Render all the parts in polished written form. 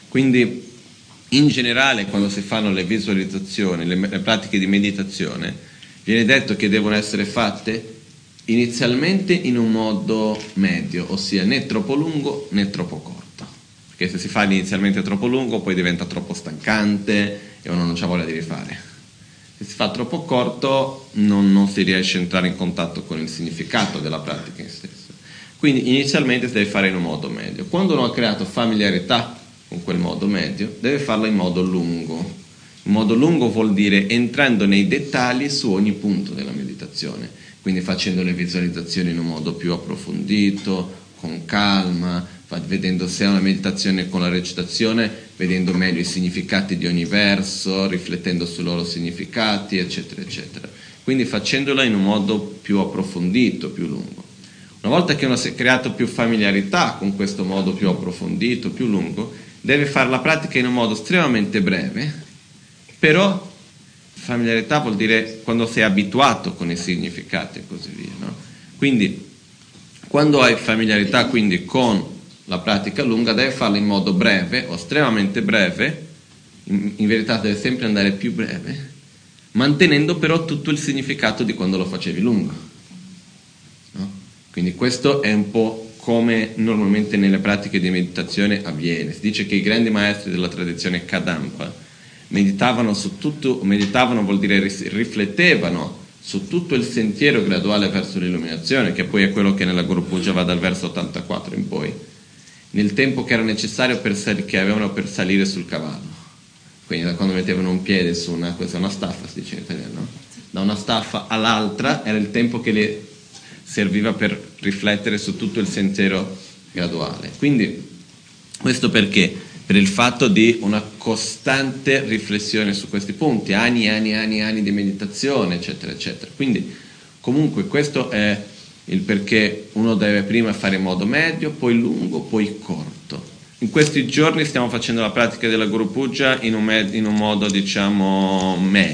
Quindi in generale quando si fanno le visualizzazioni, le pratiche di meditazione, viene detto che devono essere fatte inizialmente in un modo medio, ossia né troppo lungo né troppo corto, perché se si fa inizialmente troppo lungo poi diventa troppo stancante e uno non c'ha voglia di rifare. Se si fa troppo corto non si riesce a entrare in contatto con il significato della pratica in stessa. Quindi inizialmente si deve fare in un modo medio. Quando uno ha creato familiarità con quel modo medio, deve farlo in modo lungo. In modo lungo vuol dire entrando nei dettagli su ogni punto della meditazione, quindi facendo le visualizzazioni in un modo più approfondito, con calma, vedendo se è una meditazione con la recitazione, vedendo meglio i significati di ogni verso, riflettendo sui loro significati, eccetera, eccetera. Quindi facendola in un modo più approfondito, più lungo. Una volta che uno si è creato più familiarità con questo modo più approfondito, più lungo, deve fare la pratica in un modo estremamente breve, però familiarità vuol dire quando sei abituato con i significati e così via, no? Quindi quando hai familiarità quindi con la pratica lunga, deve farla in modo breve o estremamente breve, in verità deve sempre andare più breve, mantenendo però tutto il significato di quando lo facevi lungo, no? Quindi questo è un po' come normalmente nelle pratiche di meditazione avviene. Si dice che i grandi maestri della tradizione Kadampa meditavano vuol dire riflettevano su tutto il sentiero graduale verso l'illuminazione, che poi è quello che nella Guru Puja va dal verso 84 in poi, nel tempo che era necessario che avevano per salire sul cavallo. Quindi da quando mettevano un piede su questa è una staffa, si dice in italiano, no? Da una staffa all'altra era il tempo che le serviva per riflettere su tutto il sentiero graduale. Quindi questo perché? Per il fatto di una costante riflessione su questi punti, anni di meditazione, eccetera, eccetera. Quindi comunque questo è il perché uno deve prima fare in modo medio, poi lungo, poi corto. In questi giorni stiamo facendo la pratica della Guru Puja in un modo diciamo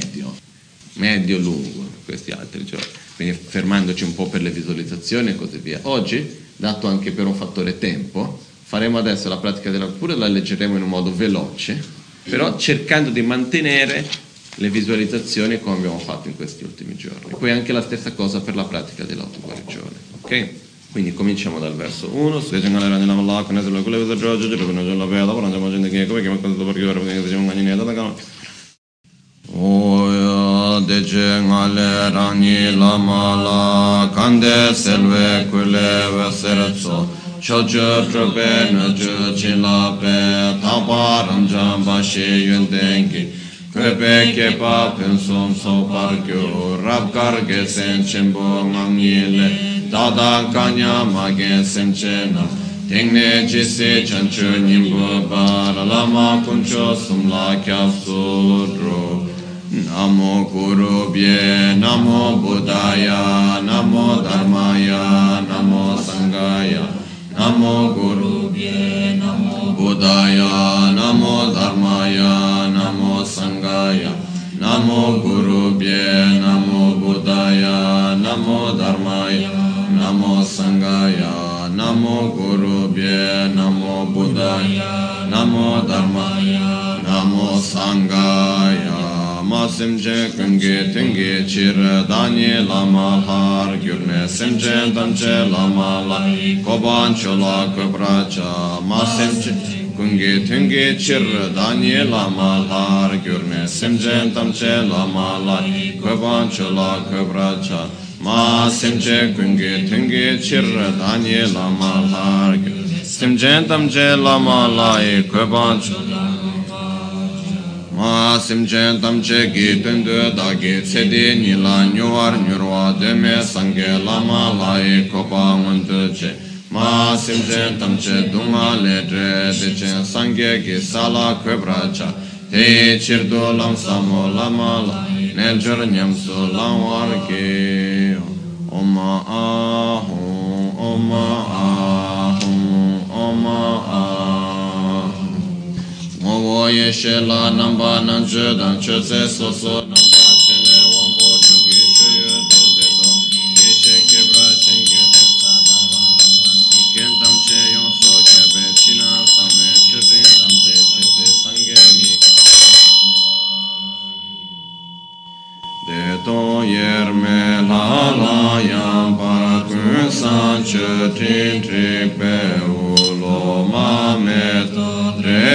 medio-lungo, questi altri giorni, quindi fermandoci un po' per le visualizzazioni e così via. Oggi, dato anche per un fattore tempo, faremo adesso la pratica della Guru Puja, la leggeremo in un modo veloce, però cercando di mantenere le visualizzazioni come abbiamo fatto in questi ultimi giorni. Poi anche la stessa cosa per la pratica dell'autoguarigione. Ok? Quindi cominciamo dal verso 1. Oya dece ngale rani lama la kande selve kule veserzo chocho trope nacho chilape tapa ranjam bashi yundengi kwepe kepa pensom so parkyo rabkar gesen chembo ngangyele dada kanya magen semchena tengne jise chancho nimbo bar lama kuncho sumla kya sudro Namo Guru Bhye, Namo Buddhaya, Namo Dharmaya, Namo Sanghaya, Namo Guru Bhye, Namo Buddhaya, Namo Dharmaya, Namo Sanghaya, Namo Guru Bhye, Namo Buddhaya, Namo Dharmaya, Namo Sanghaya, Namo Guru Bhye, Namo Buddhaya, Namo Dharmaya, Namo Sanghaya. Masimche kunge tenge chir danye lama har gyurne simche damche lama la koban chola kobracha masimche kunge tenge chir danye lama har gyurne simche damche lama la koban chola kobracha masimche kunge tenge chir danye lama har gyurne simche damche lama la koban chola Ma simchen tamche ki tundu dagi tsedi nila nyuar nyurwa deme sange lama lai kopa ngundu che Ma simchen tamche dunga ledre dechen sange ki sala kwebracha Te chirdu lam samo lama lai neljur nyamsu lamwar ki Oma ahum, oma ahum, oma ahum Mowo yeshe la namba nanchu dan chu se so so namba chene wambo chugi shuyu do de do yeshe kebra chenge ken tam che yon so kebe china same chudrin tam che che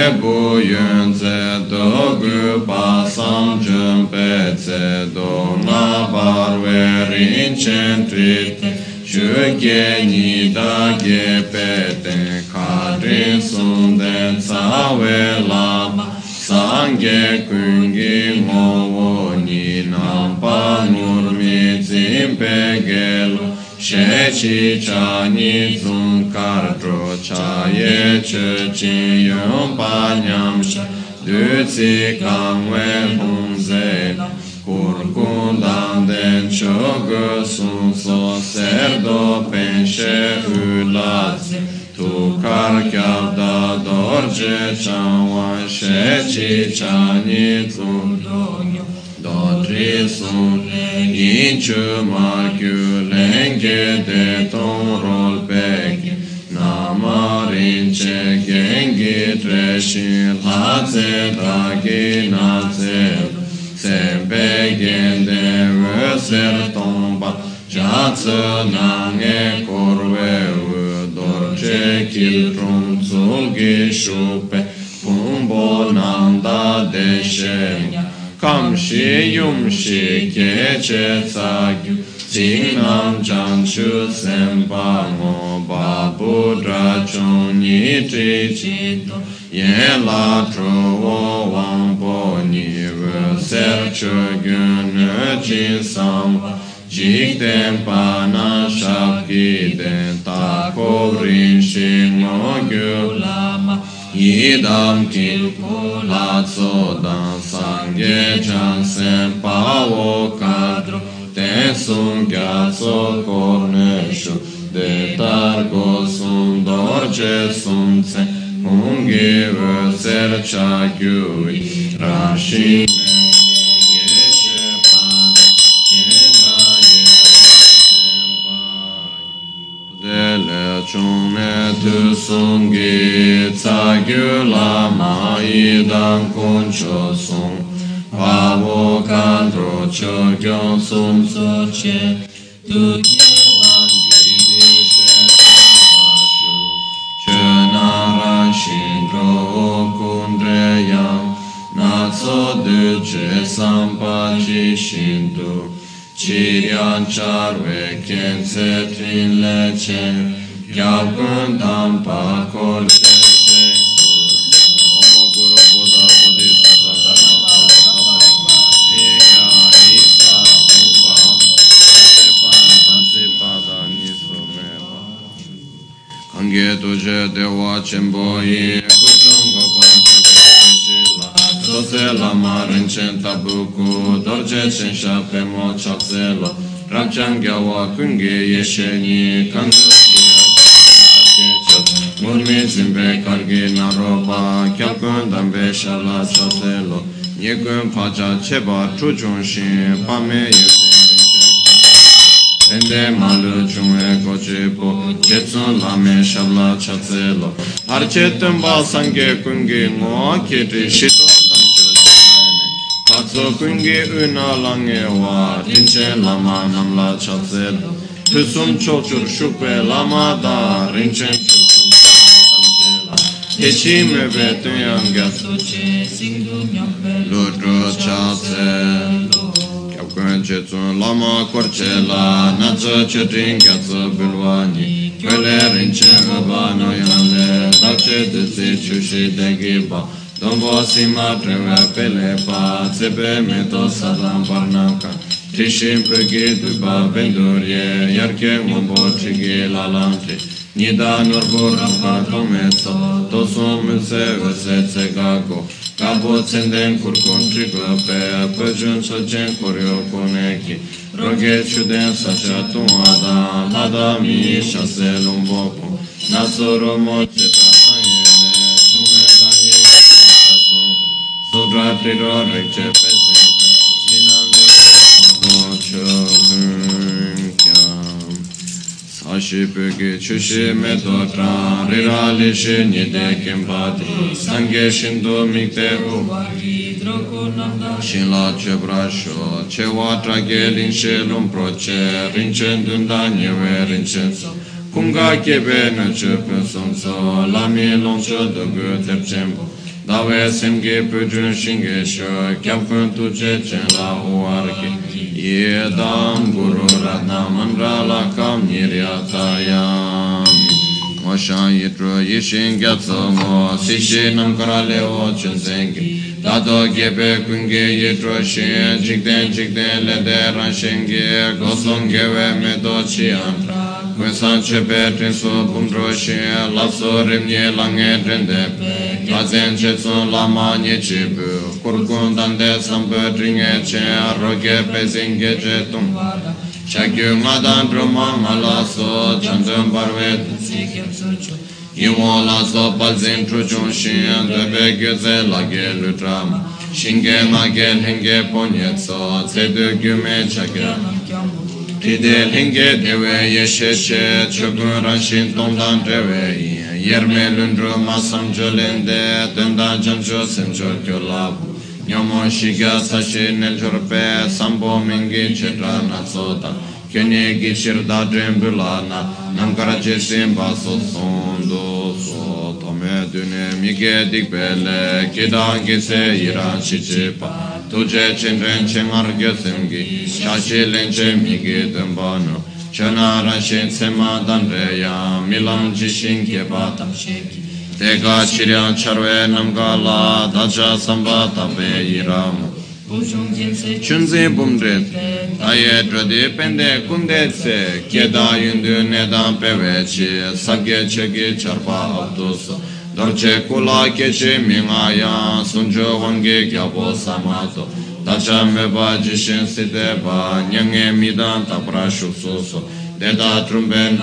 che bu yun ze do gu pa sam jun pe ze do na bar we rin chen tri shu ge ni da ge pe te ka rin sun den sa we la sang ge kun gi mo wo ni nam pa nur mi zim pe ge lo she chi cha ni zung kar tro cha ye che chi yong pa nyam sha du zi kang we hong ze kur kun dan den cho ge sun so ser do pen she u la zi tu kar kyav da dor je chan wa she chi cha ni zung do tri sun yin chu ma kyu len ge de tong rol pe na ma rin che gen gi tre shin la ze da gi na ze se pe gen de we ser tong ba ja ze na nge kor we u dor che kil trong zul gi shu pe pum bo nan da de shen kam shi yum shi ke che sa gyu jing nam chang chu sem pa ngo ba bu dra chung ni tri chi to ye la tro wo wang po ni we ser chu gyun ne chi sam jik den pa na shap ki den ta ko rin shi ngo gyu lama yidam ki la so dan sang ge chan sem pa wo kadro ten sum kya so korne shu de tar go sum dor che sum tse unge ve ser cha gyu ra shi chung ne tu sung gi tsa gyu la ma yi dan kun cho sung pa wo kan tro cho gyong sum so che tu ye wang gi di she pa shu che na ran shin ro kun re yang na so du che sam pa chi shin tu chi rian char we ken se trin le che Gyab kun tam pa kor se she Om Guru Buddha Bodhisattva Dharma Kama Sabha Eya Ita Upa Sepa Tansipa Dani Sumeba Kange Tuje Dewa Chembo Yi Kutum Gopa Chekhe Shila Sose Lama Rinchen Tabuku Dorje Chen Shape Mo Chapselo Ramchang Gyawa Kunge Yesheni Kange Murmi zimbe kargi naroba kyalkun dambe shala chotelo nyekun pacha cheba chuchun shin pame Tende malu chungwe kochipo jetsun lame shabla chotelo Harchetum ba sangye kungi ngo kiti shito tamcho chene Patso kungi una lange wa rinche lama namla chotelo Tusum chochur shukwe lama da rinchen Echi me vetun yangas Lutro chase Kyabkun chetsun lama korchela Natsa chetin gyatsa bilwani Kwele rinchen ubano yanle Dache desi chushi degiba Dombo sima trewe pele pa Tsepe meto sadam parnaka Tishim pegi duba bendurye Yarke mumbo chigi lalantri Nida norbo rampa tometso Tosum se vese tsegako Kabo tsenden kurkon triglape Pejun sojen koryo koneki Roge chuden sacha tuada Lada mi shase lumboko Nasoro moche tasayele Chume danye kaso Sudra triro rekche pesen Chinande mocho Ashipeke chushi medotra rirali shini de kempati sange shindo mikte u shinla chebrasho chewa trage rinche lumproche rinchen dunda nyewe rinchen kunga kebe na chepe somso lami longcho dogu tepchembo Dawe semge pujun shinge sho kyab kun tu che chen la uarki ye dam guru radna mandra la kam niryatayam Moshan yitro yishin gyatso mo sishi nam karale o chun sengi Dato gebe kunge yitro shin chikden lede ran shingi gosong gewe medo chian Kwesan chepe trinso pumdro shin lapso rimnye lange drende Kazen chetson lama nye chibu kurkun dande sampe tringe chen roge pezinge chetum Chakyu ngadan druma ngala so chandam barvet Iwo la so palzin truchun shin debe gyuze lage lutram Shinge ngage lenge ponyet so tsedu gyume chakya Tide lenge dewe yeshe che chukun ranshin tongdan dewe Yerme lundru masam jolende tenda jancho sencho kyolabu Nyomo shiga sashi nel jorpe sambo mingi chetra natsota Kyone gichir da drembulana Namkara jesim baso sondo so Tome dune mige dikbele Kida gise iran shichipa Tuje chenren chengar gyosimgi Shashi lenche mige dambano Chana rashin sema danreya Milam jishin kebatam sheki Tega chiryan charwe namgala Daja samba tabe iram Chunzi bumdret Aye dradi pende kundetse Keda yundu nedan pevechi Sabge chegi charpa abdus Dorche kula kechi mingaya Sunjo wangi gyabo samato Dacha meba jishin siteba Nyange midan tapra shuksuso Deda trumben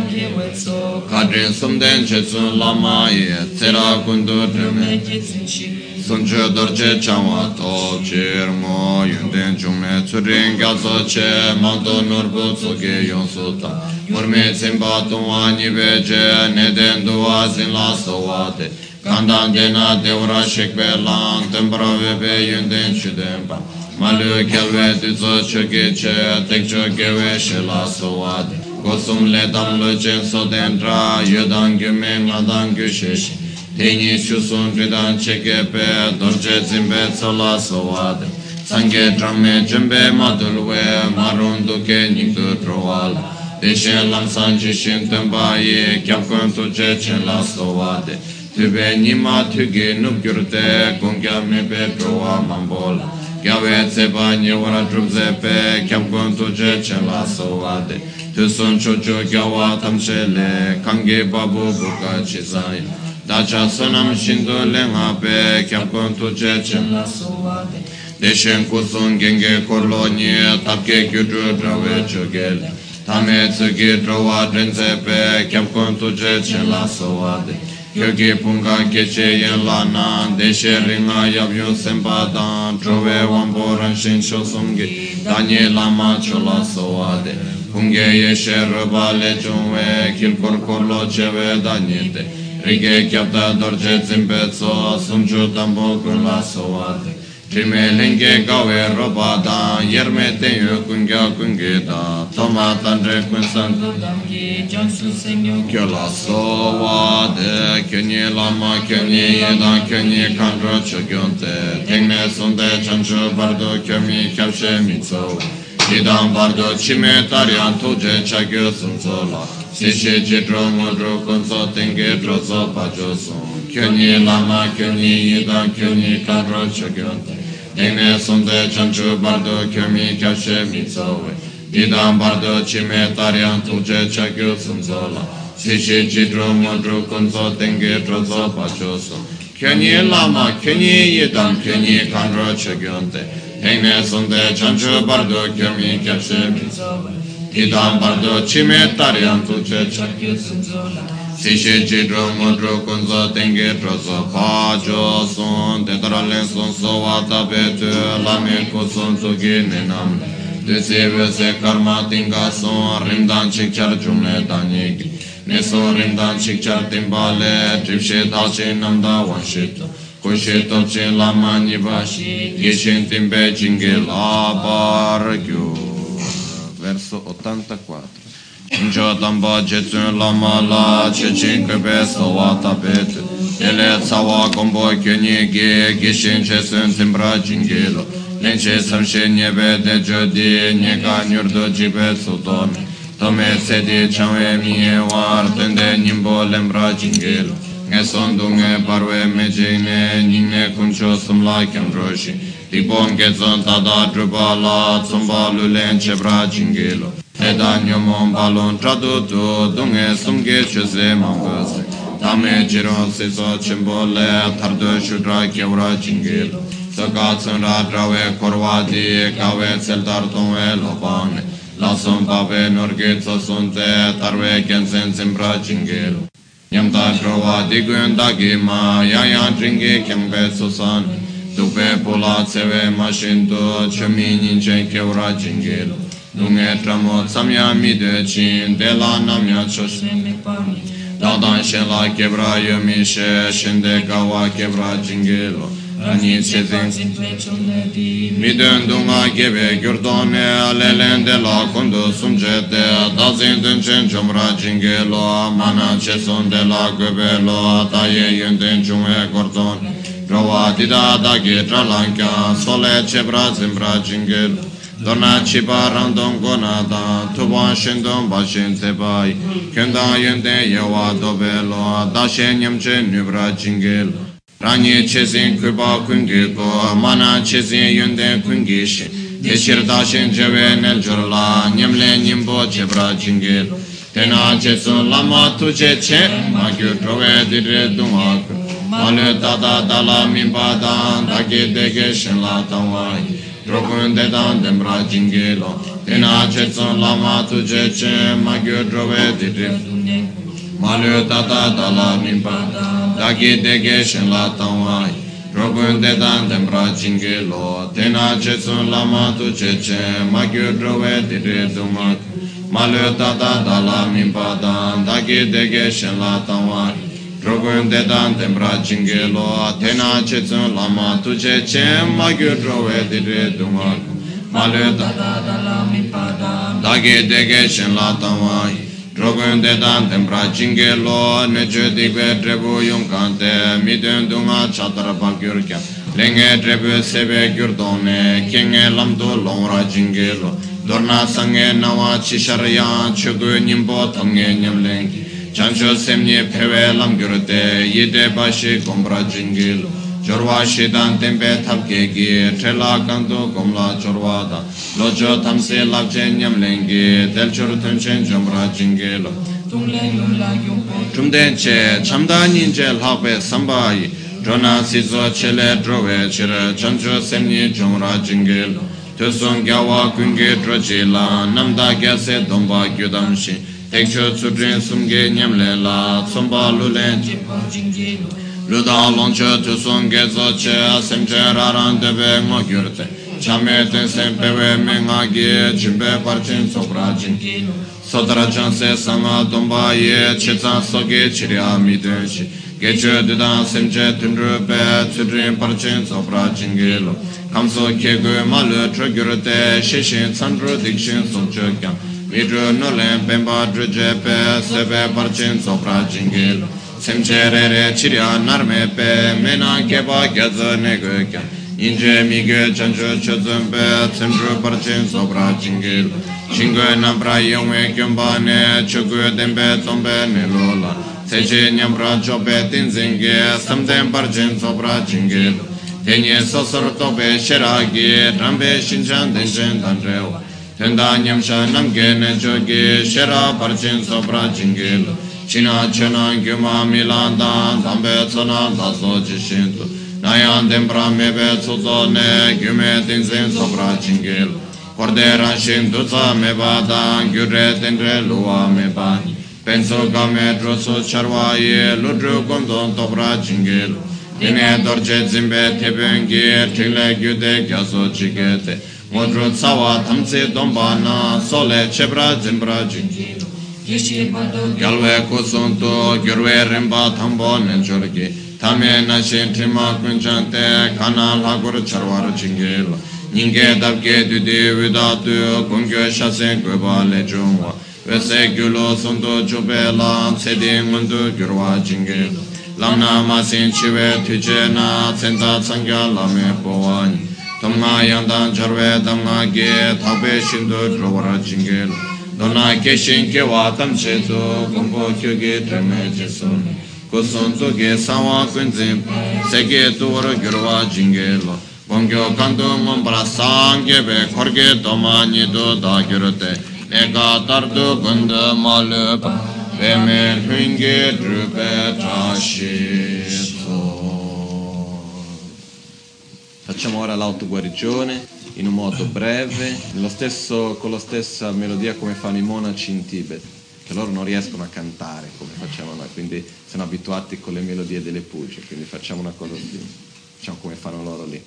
Kadrin sumden chetsun lama ye Tera kundu drume Sunjo dorje chanwa to Chirmo yunden chungme Tsurin gyatso che Mando nurbu tsuge yonsuta Murme tsimba tuwa nibeje Neden duwa zinla sowate Kandan dena devra shekbe lan Tembra vebe yunden chudemba Malu kelve duzo choge che Tekcho gewe shela sowate Gosum le damlo chen so dendra Yodan gyume ngadan gyusheshi Teni shusun ridan chekepe Dorje zimbe tsola sowate Sange dramme jembe madulwe Marun duke nikdu trowala Deshen lamsan jishin tembaye Kyabkon tuje chen la sowate Tube nima tuge nubgyurte Gungya mebe trowa mambola Gyawe tseba nyewara drubzepe Kyabkon tuje chen la sowate Tusun chocho gyawa tamshele Kange babu buka chizaya Dacha sunam shindu lengape Kyabkon tuje chen la sowate Deshen kusun genge korlonye Tapke gyudru drawe chogele Tame tsugi drawa drenzepe Kyabkon tuje chen la sowate Yogi punga keche yen lana Deshe ringa yabyun sempadan Drove wambo ranshin shosumgi Danye lama chola sowate Punge yeshe ruba lechunwe Kilkor korlo chewe danyete Rige kyabda dorje zimbetso Sumchu tambo kunla sowate Trime lenge gawe ruba dan Yerme tenyo kungya kungeta Toma tandre kunsan Kyola sowate Kyonye lama kyonye yedan Kyonye kandro chogyonte Tengne sonde chancho bardo Kyomi kyabshe mitso Idam bardo chime taryan tuje chagyo sunzola Sishe jidro mudro kunzo tenge drozo pajoson Kyonye lama kyonye yedan Kyonye kandro chogyonte Tengne sonde chancho bardo Kyomi kyabshe mitsowe Idam bardo chime taryan tuje chagyo sunzola Sishe jidro mudro kunzo tenge drozo pajoson Kyonye lama kyonye yedan Kyonye kandro chogyonte Tengne sonde chancho bardo kyomi kyabshe mitsowe Idam bardo chime taryan tuje chagyo sunzola Sishe jidro mudro kunzo tenge drozo pajo son Tetralen son sowa tabetu lame kuson tsugi nenam Desi vese karma tinga son rimdan chikchar jumle danyegi Neson rimdan chikchar timbale Tripshe talche namda wanshito Kushe topche lama nivashi Yeshen timbe jinge la bargyu Verso 84 Injo tamba jetsun lama la Chechin kebe sowa tapet ele sawa gombo kyonye ge geshen chesen timbra jingelo lenche samshe nyebe de jodi nyega nyurdo jibe sodom tome sedi changwe miye war tende nimbo lembra jingelo nge sondu nge parwe mejene nyingne kuncho sumla kyamroshi tibon gezon tada drubala tsumba lulen chebra jingelo eda nyomon balon tradutu dunge sumge chuse mambose tame jiron siso chimbole tardo shudra kevra jingelo saka tsunra drawe korwadi kawe seldar tongwe lobane lason pape norge tsosunte tarwe kensen simbra jingelo nyamta drova diguen dagima yayan dringi kembe susan dupe pula tseve mashinto chumi ninchen kevra jingelo dunge tramo samya mide chin dela namya choshime dadan shela kevra yomishe shinde kawa kevra jingelo rani chezin midön dunga gebe gyurdone alelen dela kondo sumjete dazin dunchen chomra jingelo mana cheson dela gobelo ataye yönden chumwe gordon Rova dida dagi tralanka sole chebra zimbra jingel Dona chiba randon gonada tuban shindon bashin tebai Kenda yende yewa dobelo dashen yamche nubra jingel Rani chezin kuba kungi ko mana chezin yende kungi shi Teşir dashen jeve nel jorla nyemle nimbo chebra jingel Tena chesun lama tuje che magyu trove dire dumak Malu tada dala mimbadan dagi dege shenla tawai Drogun dedan dembra jingelo Tena chetson lama tuje che magyu drove dire Malu tada dala mimbadan dagi dege shenla tawai Drogun dedan dembra jingelo Tena chetson lama tuje che magyu drove dire dumak Malu tada dala mimbadan dagi dege shenla tawai Drogun dedan tembra jingelo Atena chetsun lama tuje chem magyu drove dire dumak Malu tada dala mimbadan dagi dege shenla tawai Drogun dedan tembra jingelo Nechu digwe drebu yungkante midun dunga chatar bagyurkya Lenge drebu sebe gyurdone Kenge lamdu longra jingelo Dorna sange nawa chisharyan Chugu nimbo tamge nyamlengi Chancho semni pewe lam gyurte yide bashi gombra jingil Jorwa shidan tempe tabke gi trela kanto gomla jorwa da Lojo tamse lakche nyamlengi del chur tunchen jombra jingil Chumden che chamda ninje lakwe sambayi Drona sizo chele drove chira chancho semni jombra jingil Tuson gyawa kungi drojila namda gyase domba gyudamshi Tekcho tsudrin sumge nyamle la tsomba lulen Luda loncho tuson gezo che asemche raran debe ngo gyurte Chame ten sempewe menga ge chimbe parchin sopra jin Sodra chanse sama domba ye chitsan soge chirya midenshi Gecho dudan semche tunrupe tsudrin parchin sopra jingelo Kamso kegu malu trugyurte shishin tsandru dikshin somcho kyang Midru nulen pemba drujepe sebe parchin sopra jingil Semchere re chirya narme pe mena keba gyaza negokya Inje mige chancho chozumpe semdru parchin sopra jingil Shingwe nambra yongwe kyumbane chugwe dembe tombe nilola Seche nyambra chope tinzinge samden parchin sopra jingil Tenye sosor tope sheragi rambe shinchan denchen danrewa Tenda nyamsha namge ne choge shera parchin sopra jingil China chena gyuma milanda dambe tsona daso jishintu Nayan dembra mebe tsuzo ne gyume tinzin sopra jingil Korde ranshin duza mebada gyure tendre luwa mebani Penso game droso charwaye ludru gondon topra jingil Dine dorje zimbe tebengi trile gyude gyaso chigete Modru tsawa tamtsi dombana sole chebra zimbra jingilo Gyalwe kusuntu gyurwe rimba tambo nenchorgi Tame nashin trima kunchante kana lagur charwar jingilo Nyinge dabge dudi vidatu kungyo shasen gweba lechungwa Vese gyulo suntu chubela tsedi mundu gyurwa jingilo lamna masin chive tuje na tsenda tsangya lame powani tamna yandan jarve tamna ge thabe shindu drovara jingel dona keshin ke watam chezo gombo kyoge treme jeson kosonto ge sawa kunzim sege tuwara gyurwa jingelo gongyo kanto ngombra sangye be korge domani do da gyurate nega tardu gunda malupa Vemel hunge drupe trascito. Facciamo ora l'autoguarigione in un modo breve, con la stessa melodia come fanno i monaci in Tibet, che loro non riescono a cantare come facciamo noi, quindi sono abituati con le melodie delle puce, quindi facciamo una cosa così, facciamo come fanno loro lì.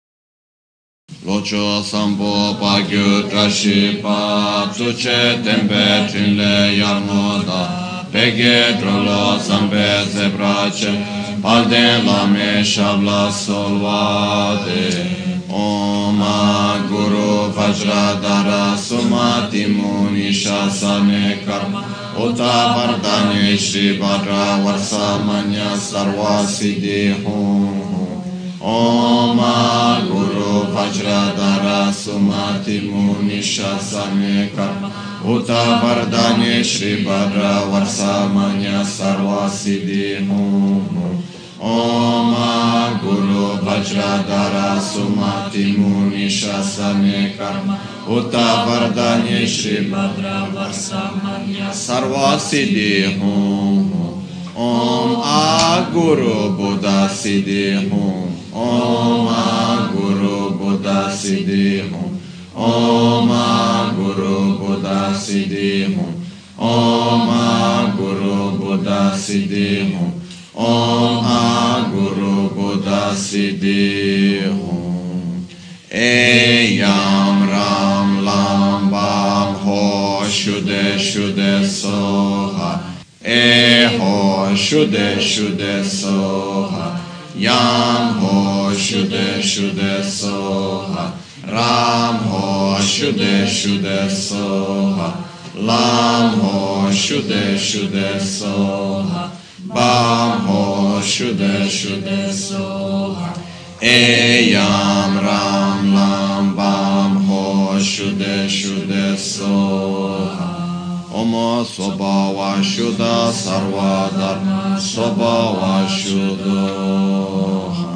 Locho sampo pagyu trashi pa tsuche tempe trinle yarmo da pege trolo sampe zebrace palden lame shabla solvade Oma Guru Vajradhara Sumati Muni Shasane Karma Uta Vardhani Shri Bhadra Varsamanya Sarva Siddhi Hum Om Guru Vajradhara Sumati Muni Shasane Karma Uta Vardhani Shri Bhadra Varsamanya Sarva Siddhi Hum Om Guru Vajradhara Sumati Muni Shasane Karma Uta Vardhani Shri Bhadra Varsamanya Sarva Siddhi Hum Om Guru Buddha Siddhi Hum Om Guru Buddha Siddhi Hum Om Guru Buddha Siddhi Hum Om Guru Buddha Siddhi Hum Om Guru Buddha Siddhi Hum Eyam Ram Lam Bam Ho Shude Shude Soha Ho Shude Shude Soha Yam Ho Shude Shude Soha Ram Ho Shude Shude Soha Lam Ho Shude Shude Soha Bam Ho Shude Shude Soha Eyam Ram Lam Bam Ho Shude Shude Soha Omo Sobhava Shuddha Sarva Dharma Sobhava Shuddha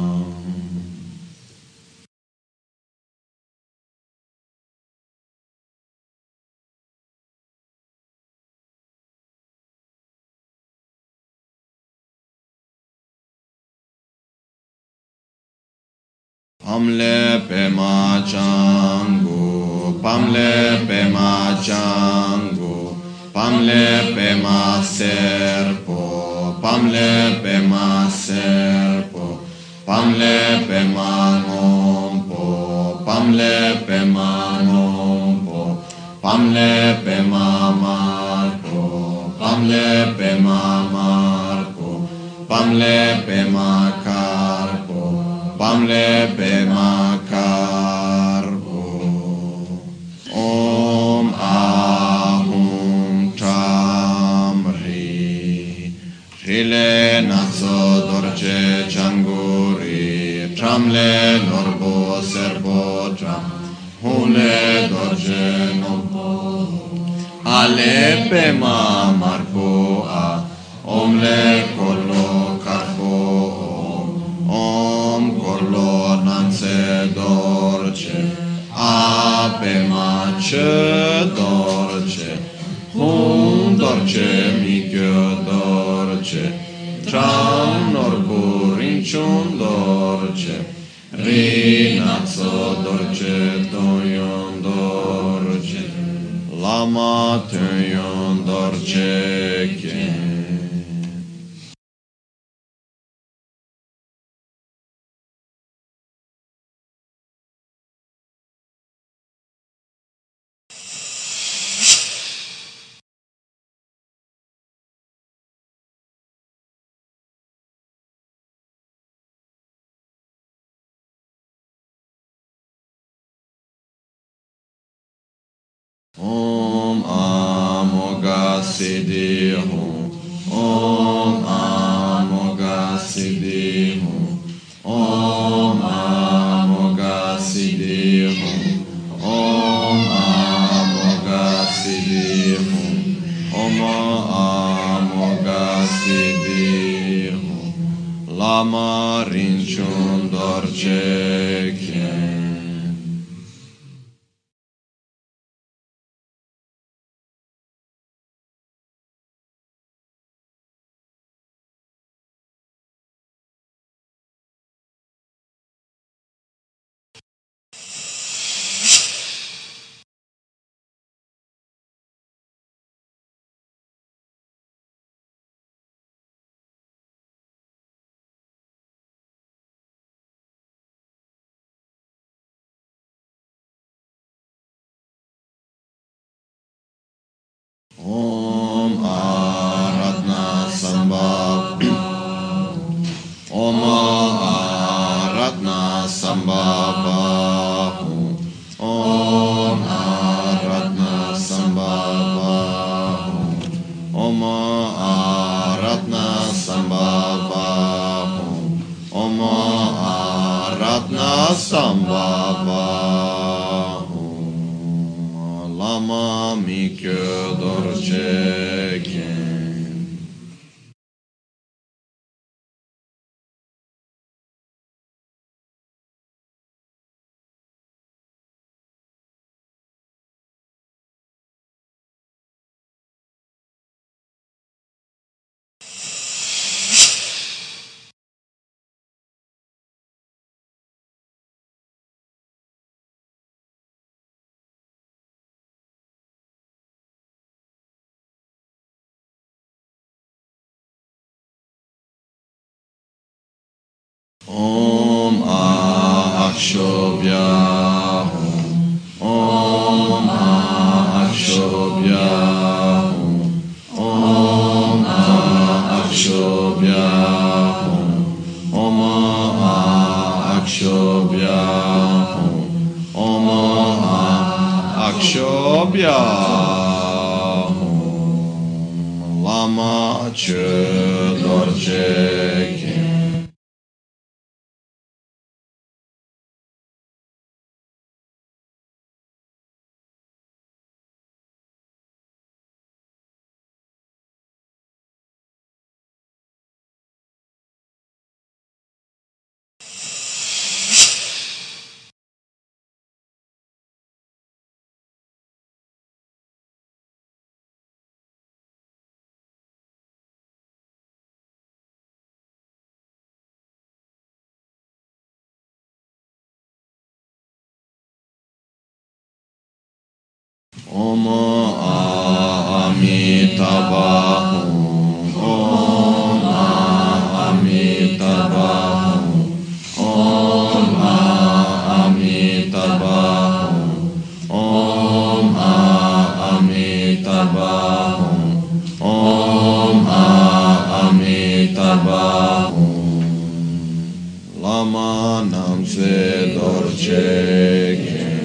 Pamle Pema Changu Pamle Pema Changu Pamle Pema Serpo Pamle Pema Serpo Pamle Pema Ngompo Pamle Pema Ngompo Pamle Pema Marco Pamle Pema Marco Pamle Pema Carpo Pamle Pema Carpo Om Ahum Tramri Rile Nazo Dorje Changuri Tramle Norbo Serbo Tram Hule Dorje Nompo Ale Pema Marco A Omle Kollo Carpo Om Kollo Nanse Dorje Ape Mace Dorje Hum Dorje Mikyo Dorje Tram Norbu Rinchun Dorje Rinazzo Dorje Toyon Dorje Lama Toyon Dorje Ken Om Amoga Siddhi Hum Om Amoga Siddhi Hum. Om Amoga Siddhi Hum. Om Amoga Siddhi Hum. Om Amoga Siddhi Hum. Lama Rinchun Dorje Kien. Om Aratna Sambhava. Om Aratna Sambhava. Om Aratna Sambhava. Om Aratna Sambhava. Om Aratna Sambhava. Lama Mikyo Dorje Kien. Om Akshobhya. Om Akshobhya. Om Akshobhya. Om Akshobhya. Om Akshobhya. Lama Chö Dorje Kien. Om Amitabha. Om Amitabha. Om Amitabha. Om Amitabha. Om Amitabha. Lama Namse Dorje Kien.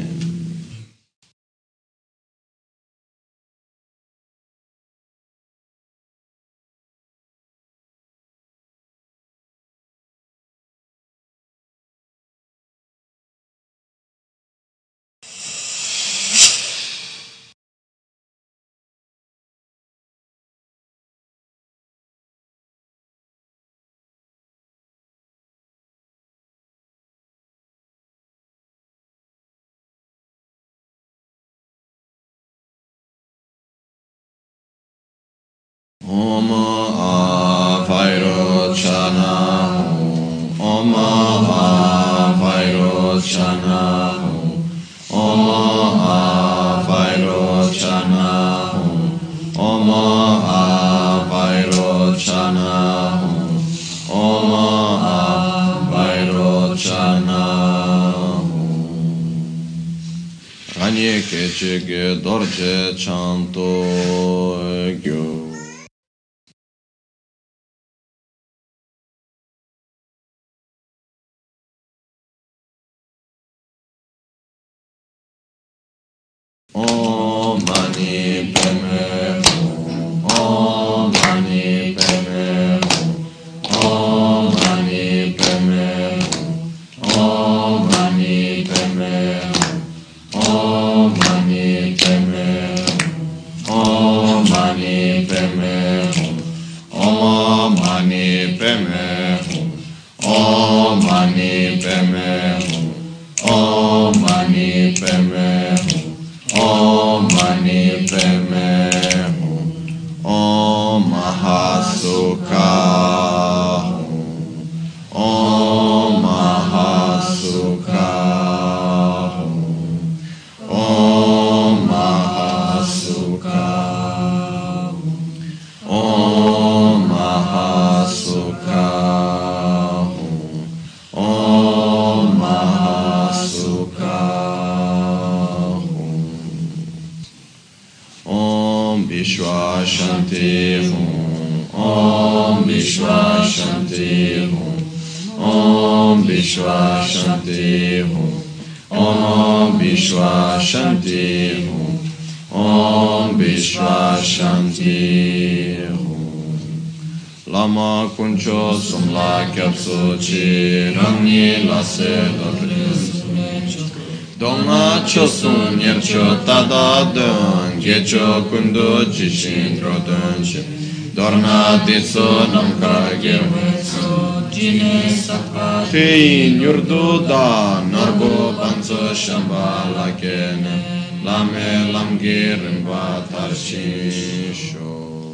Om Avairochana. Om Avairochana. Om Avairochana. Om Avairochana. Om Avairochana. Ranye Kechege Dorje Chanto Gyo. Om Mani Padme Hum. Om Mani Padme Hum. Om Om Vishwa Shanti Hum. Om Vishwa Shanti Hum. Om Vishwa Shanti Hum. Lama Kuncho Sumla Kyapso Chi Rangni Lase Donga Chosung Nyercho Tada Dön Gecho Kundo Jishin Rodön Dorna Ditso Namka Germetso Tei Nyurdu Da Nargo Banzo Shamba Lakene Lame Lamgi Rimba Tarshisho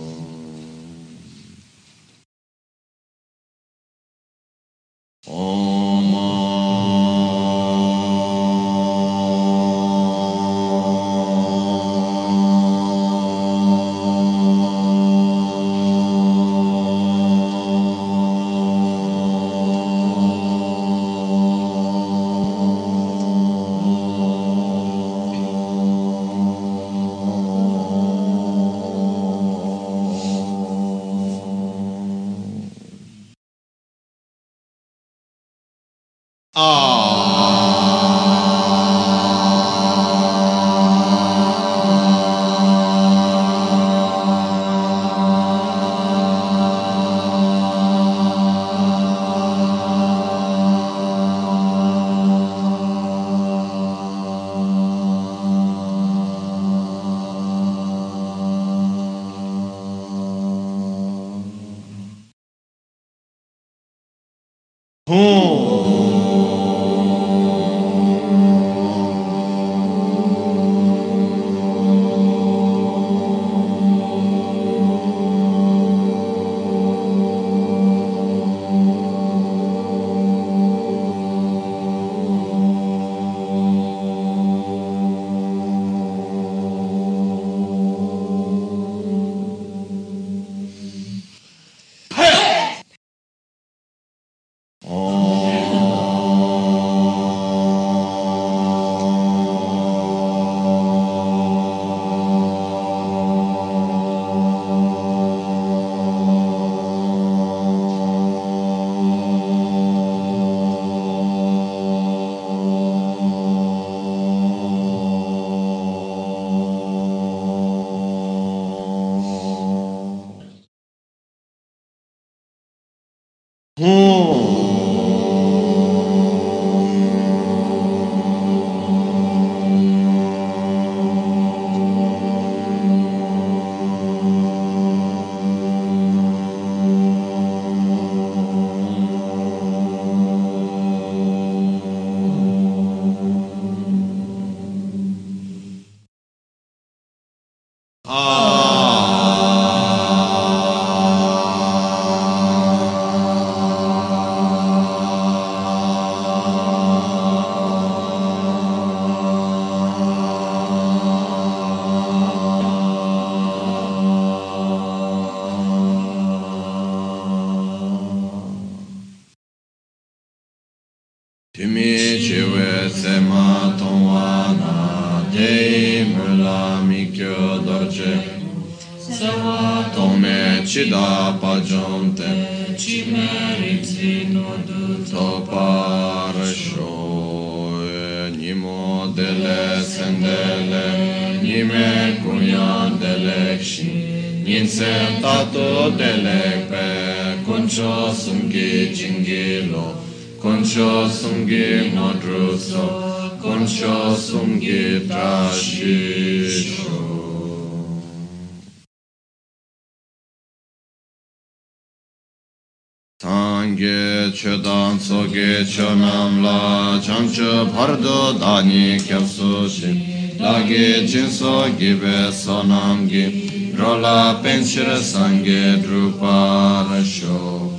Chodan soge chonam la chancho pardo dani kyapso shi lage jinso gibe sonam gi rola penshira sange drupa rasho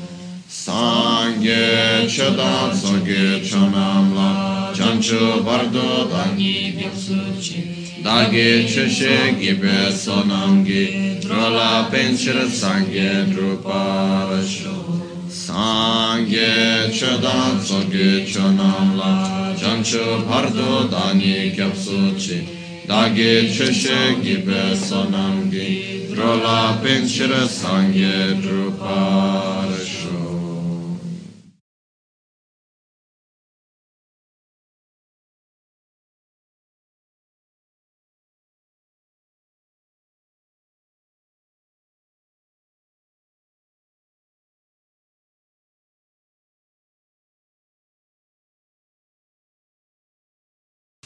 sange chodan soge chonam la chancho pardo dani kyapso shi lage cheshe gibe sonam gi rola penshira sange drupa rasho Sangye chodan soge chonam la chancho pardo dani kyapso chi dage cheshe gibe sonam gi rola penshira sangye drupa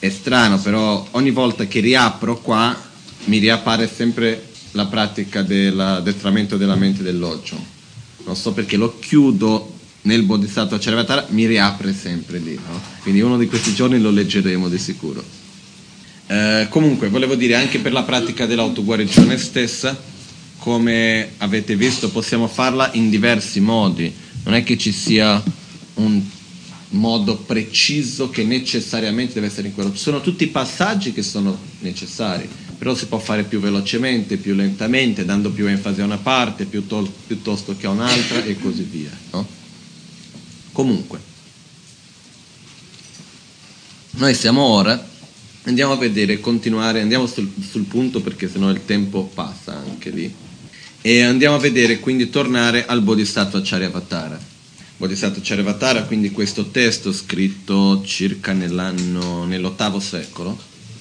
è strano, però ogni volta che riapro qua mi riappare sempre la pratica dell'addestramento della mente del loggia. Non so perché lo chiudo nel Bodhisattva Charyavatara, mi riapre sempre lì, no? Quindi uno di questi giorni lo leggeremo di sicuro. Comunque volevo dire, anche per la pratica dell'autoguarigione stessa, come avete visto, possiamo farla in diversi modi. Non è che ci sia un modo preciso che necessariamente deve essere in quello. Ci sono tutti i passaggi che sono necessari, però si può fare più velocemente, più lentamente, dando più enfasi a una parte piuttosto che a un'altra e così via, no? Comunque, noi siamo ora, andiamo a vedere, continuare, andiamo sul punto perché sennò il tempo passa anche lì, e andiamo a vedere, quindi tornare al Bodhisattva Charyavatara. Bodhisattva Charyavatara, quindi questo testo scritto circa nell'VIII secolo,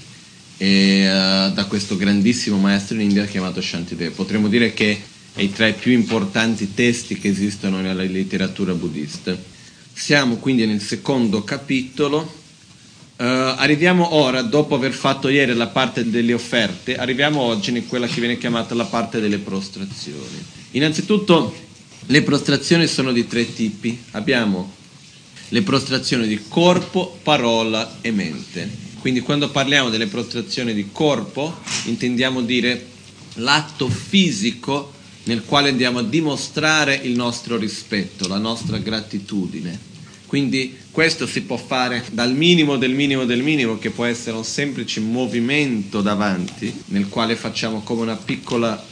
e da questo grandissimo maestro in India chiamato Shantideva. Potremmo dire che è tra i più importanti testi che esistono nella letteratura buddista. Siamo quindi nel secondo capitolo. Arriviamo ora, dopo aver fatto ieri la parte delle offerte, arriviamo oggi in quella che viene chiamata la parte delle prostrazioni. Innanzitutto, le prostrazioni sono di 3 tipi. Abbiamo le prostrazioni di corpo, parola e mente. Quindi quando parliamo delle prostrazioni di corpo, intendiamo dire l'atto fisico nel quale andiamo a dimostrare il nostro rispetto, la nostra gratitudine. Quindi questo si può fare dal minimo del minimo del minimo, che può essere un semplice movimento davanti, nel quale facciamo come una piccola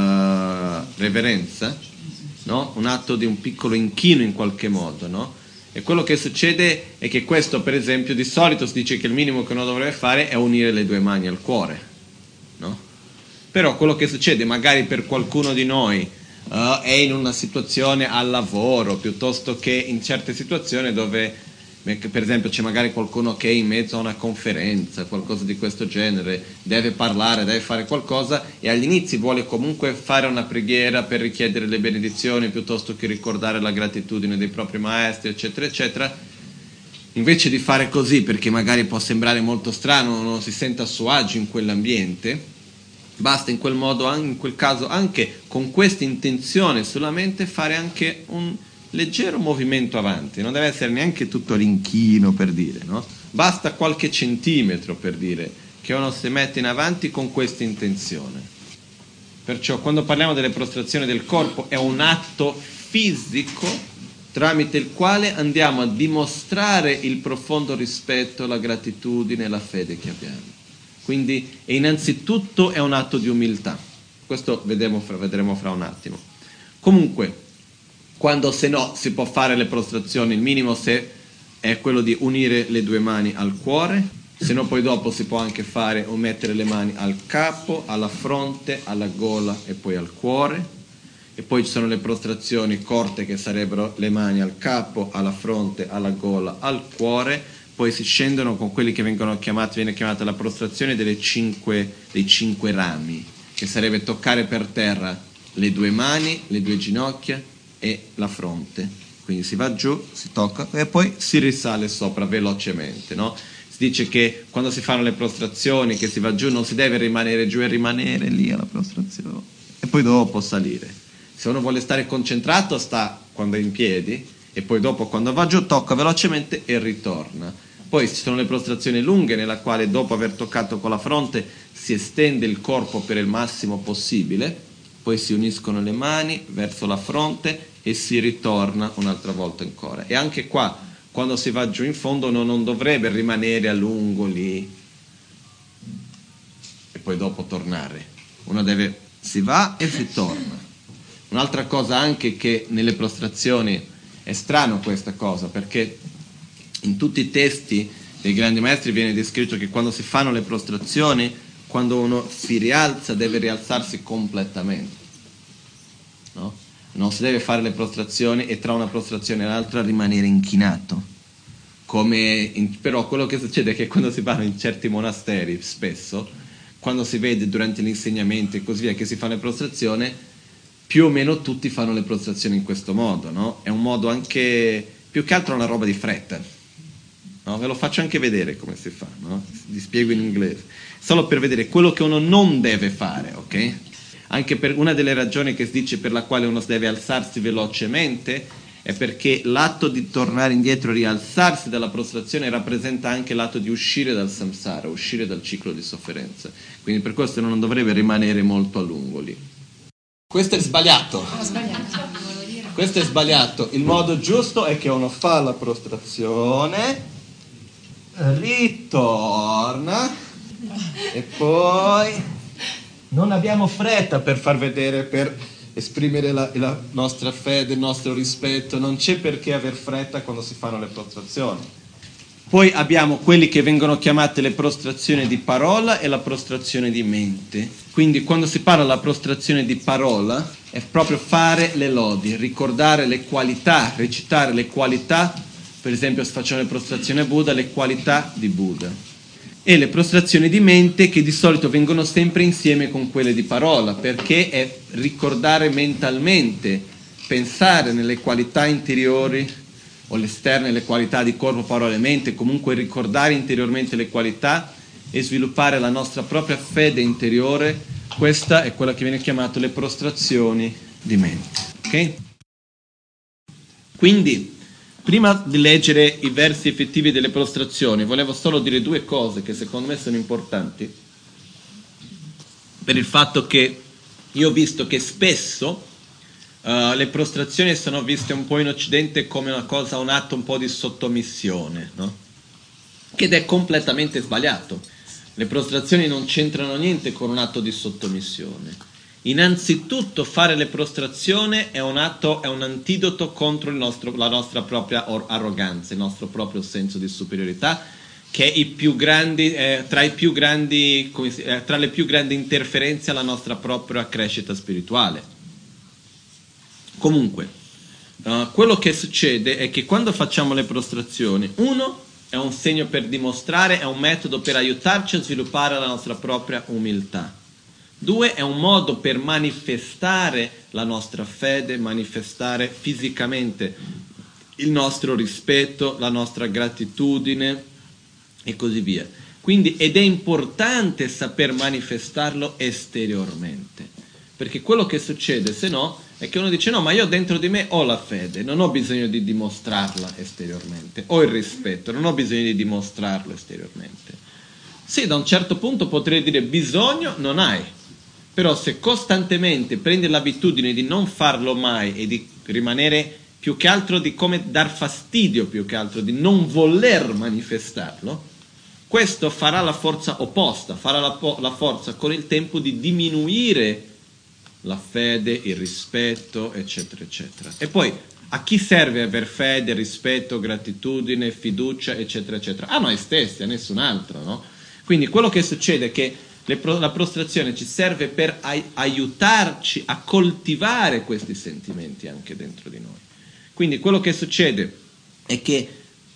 reverenza, no? Un atto di un piccolo inchino in qualche modo, no? E quello che succede è che questo, per esempio, di solito si dice che il minimo che uno dovrebbe fare è unire le 2 mani al cuore, no? Però quello che succede magari per qualcuno di noi è in una situazione al lavoro, piuttosto che in certe situazioni dove, per esempio, c'è magari qualcuno che è in mezzo a una conferenza, qualcosa di questo genere, deve parlare, deve fare qualcosa e agli inizi vuole comunque fare una preghiera per richiedere le benedizioni piuttosto che ricordare la gratitudine dei propri maestri, eccetera, eccetera. Invece di fare così, perché magari può sembrare molto strano, non si senta a suo agio in quell'ambiente, basta in quel modo, in quel caso, anche con questa intenzione solamente fare anche un leggero movimento avanti, non deve essere neanche tutto l'inchino, per dire, no? Basta qualche centimetro, per dire, che uno si mette in avanti con questa intenzione. Perciò quando parliamo delle prostrazioni del corpo è un atto fisico tramite il quale andiamo a dimostrare il profondo rispetto, la gratitudine e la fede che abbiamo. Quindi innanzitutto è un atto di umiltà. Questo vedremo fra un attimo. Comunque, quando se no si può fare le prostrazioni, il minimo se è quello di unire le 2 mani al cuore, se no poi dopo si può anche fare o mettere le mani al capo, alla fronte, alla gola e poi al cuore. E poi ci sono le prostrazioni corte che sarebbero le mani al capo, alla fronte, alla gola, al cuore. Poi si scendono con quelli che viene chiamata la prostrazione dei 5 rami, che sarebbe toccare per terra le 2 mani, le 2 ginocchia e la fronte. Quindi si va giù, si tocca e poi si risale sopra velocemente, no? Si dice che quando si fanno le prostrazioni, che si va giù, non si deve rimanere giù e rimanere lì alla prostrazione e poi dopo salire. Se uno vuole stare concentrato sta quando è in piedi e poi dopo quando va giù tocca velocemente e ritorna. Poi ci sono le prostrazioni lunghe nella quale dopo aver toccato con la fronte si estende il corpo per il massimo possibile, poi si uniscono le mani verso la fronte e si ritorna un'altra volta ancora. E anche qua, quando si va giù in fondo, uno non dovrebbe rimanere a lungo lì e poi dopo tornare. Si va e si torna. Un'altra cosa anche che nelle prostrazioni è strano questa cosa, perché in tutti i testi dei grandi maestri viene descritto che quando si fanno le prostrazioni, quando uno si rialza deve rialzarsi completamente, no? Non si deve fare le prostrazioni e tra una prostrazione e l'altra rimanere inchinato. Però quello che succede è che quando si vanno in certi monasteri, spesso, quando si vede durante l'insegnamento e così via che si fa le prostrazioni, più o meno tutti fanno le prostrazioni in questo modo, no? È un modo anche, più che altro una roba di fretta, no? Ve lo faccio anche vedere come si fa, no? vi spiego in inglese, solo per vedere quello che uno non deve fare, ok? Anche per una delle ragioni che si dice per la quale uno deve alzarsi velocemente è perché l'atto di tornare indietro, rialzarsi dalla prostrazione, rappresenta anche l'atto di uscire dal samsara, uscire dal ciclo di sofferenza. Quindi per questo uno non dovrebbe rimanere molto a lungo lì. Questo è sbagliato. Questo è sbagliato. Il modo giusto è che uno fa la prostrazione, ritorna e poi non abbiamo fretta per far vedere, per esprimere la nostra fede, il nostro rispetto. Non c'è perché aver fretta quando si fanno le prostrazioni. Poi abbiamo quelli che vengono chiamate le prostrazioni di parola e la prostrazione di mente. Quindi quando si parla della prostrazione di parola è proprio fare le lodi, ricordare le qualità, recitare le qualità, per esempio se facciamo le prostrazioni a Buddha, le qualità di Buddha. E le prostrazioni di mente che di solito vengono sempre insieme con quelle di parola, perché è ricordare mentalmente, pensare nelle qualità interiori o esterne, le qualità di corpo, parola e mente, comunque ricordare interiormente le qualità e sviluppare la nostra propria fede interiore. Questa è quella che viene chiamata le prostrazioni di mente. Ok? Quindi, prima di leggere i versi effettivi delle prostrazioni, volevo solo dire due cose che secondo me sono importanti, per il fatto che io ho visto che spesso le prostrazioni sono viste un po' in Occidente come una cosa, un atto un po' di sottomissione, no? Ed è completamente sbagliato. Le prostrazioni non c'entrano niente con un atto di sottomissione. Innanzitutto fare le prostrazioni è un antidoto contro la nostra propria arroganza, il nostro proprio senso di superiorità, che è tra le più grandi interferenze alla nostra propria crescita spirituale. Comunque, quello che succede è che quando facciamo le prostrazioni, uno, è un segno per dimostrare, è un metodo per aiutarci a sviluppare la nostra propria umiltà. Due, è un modo per manifestare la nostra fede, manifestare fisicamente il nostro rispetto, la nostra gratitudine e così via. Quindi, ed è importante saper manifestarlo esteriormente, perché quello che succede, se no, è che uno dice no, ma io dentro di me ho la fede, non ho bisogno di dimostrarla esteriormente, ho il rispetto, non ho bisogno di dimostrarlo esteriormente. Sì, da un certo punto potrei dire bisogno non hai, però se costantemente prendi l'abitudine di non farlo mai e di rimanere più che altro di come dar fastidio, più che altro di non voler manifestarlo, questo farà la forza opposta, farà la forza con il tempo di diminuire la fede, il rispetto, eccetera, eccetera. E poi a chi serve aver fede, rispetto, gratitudine, fiducia, eccetera, eccetera? A noi stessi, a nessun altro, no? Quindi quello che succede è che la prostrazione ci serve per aiutarci a coltivare questi sentimenti anche dentro di noi. Quindi quello che succede è che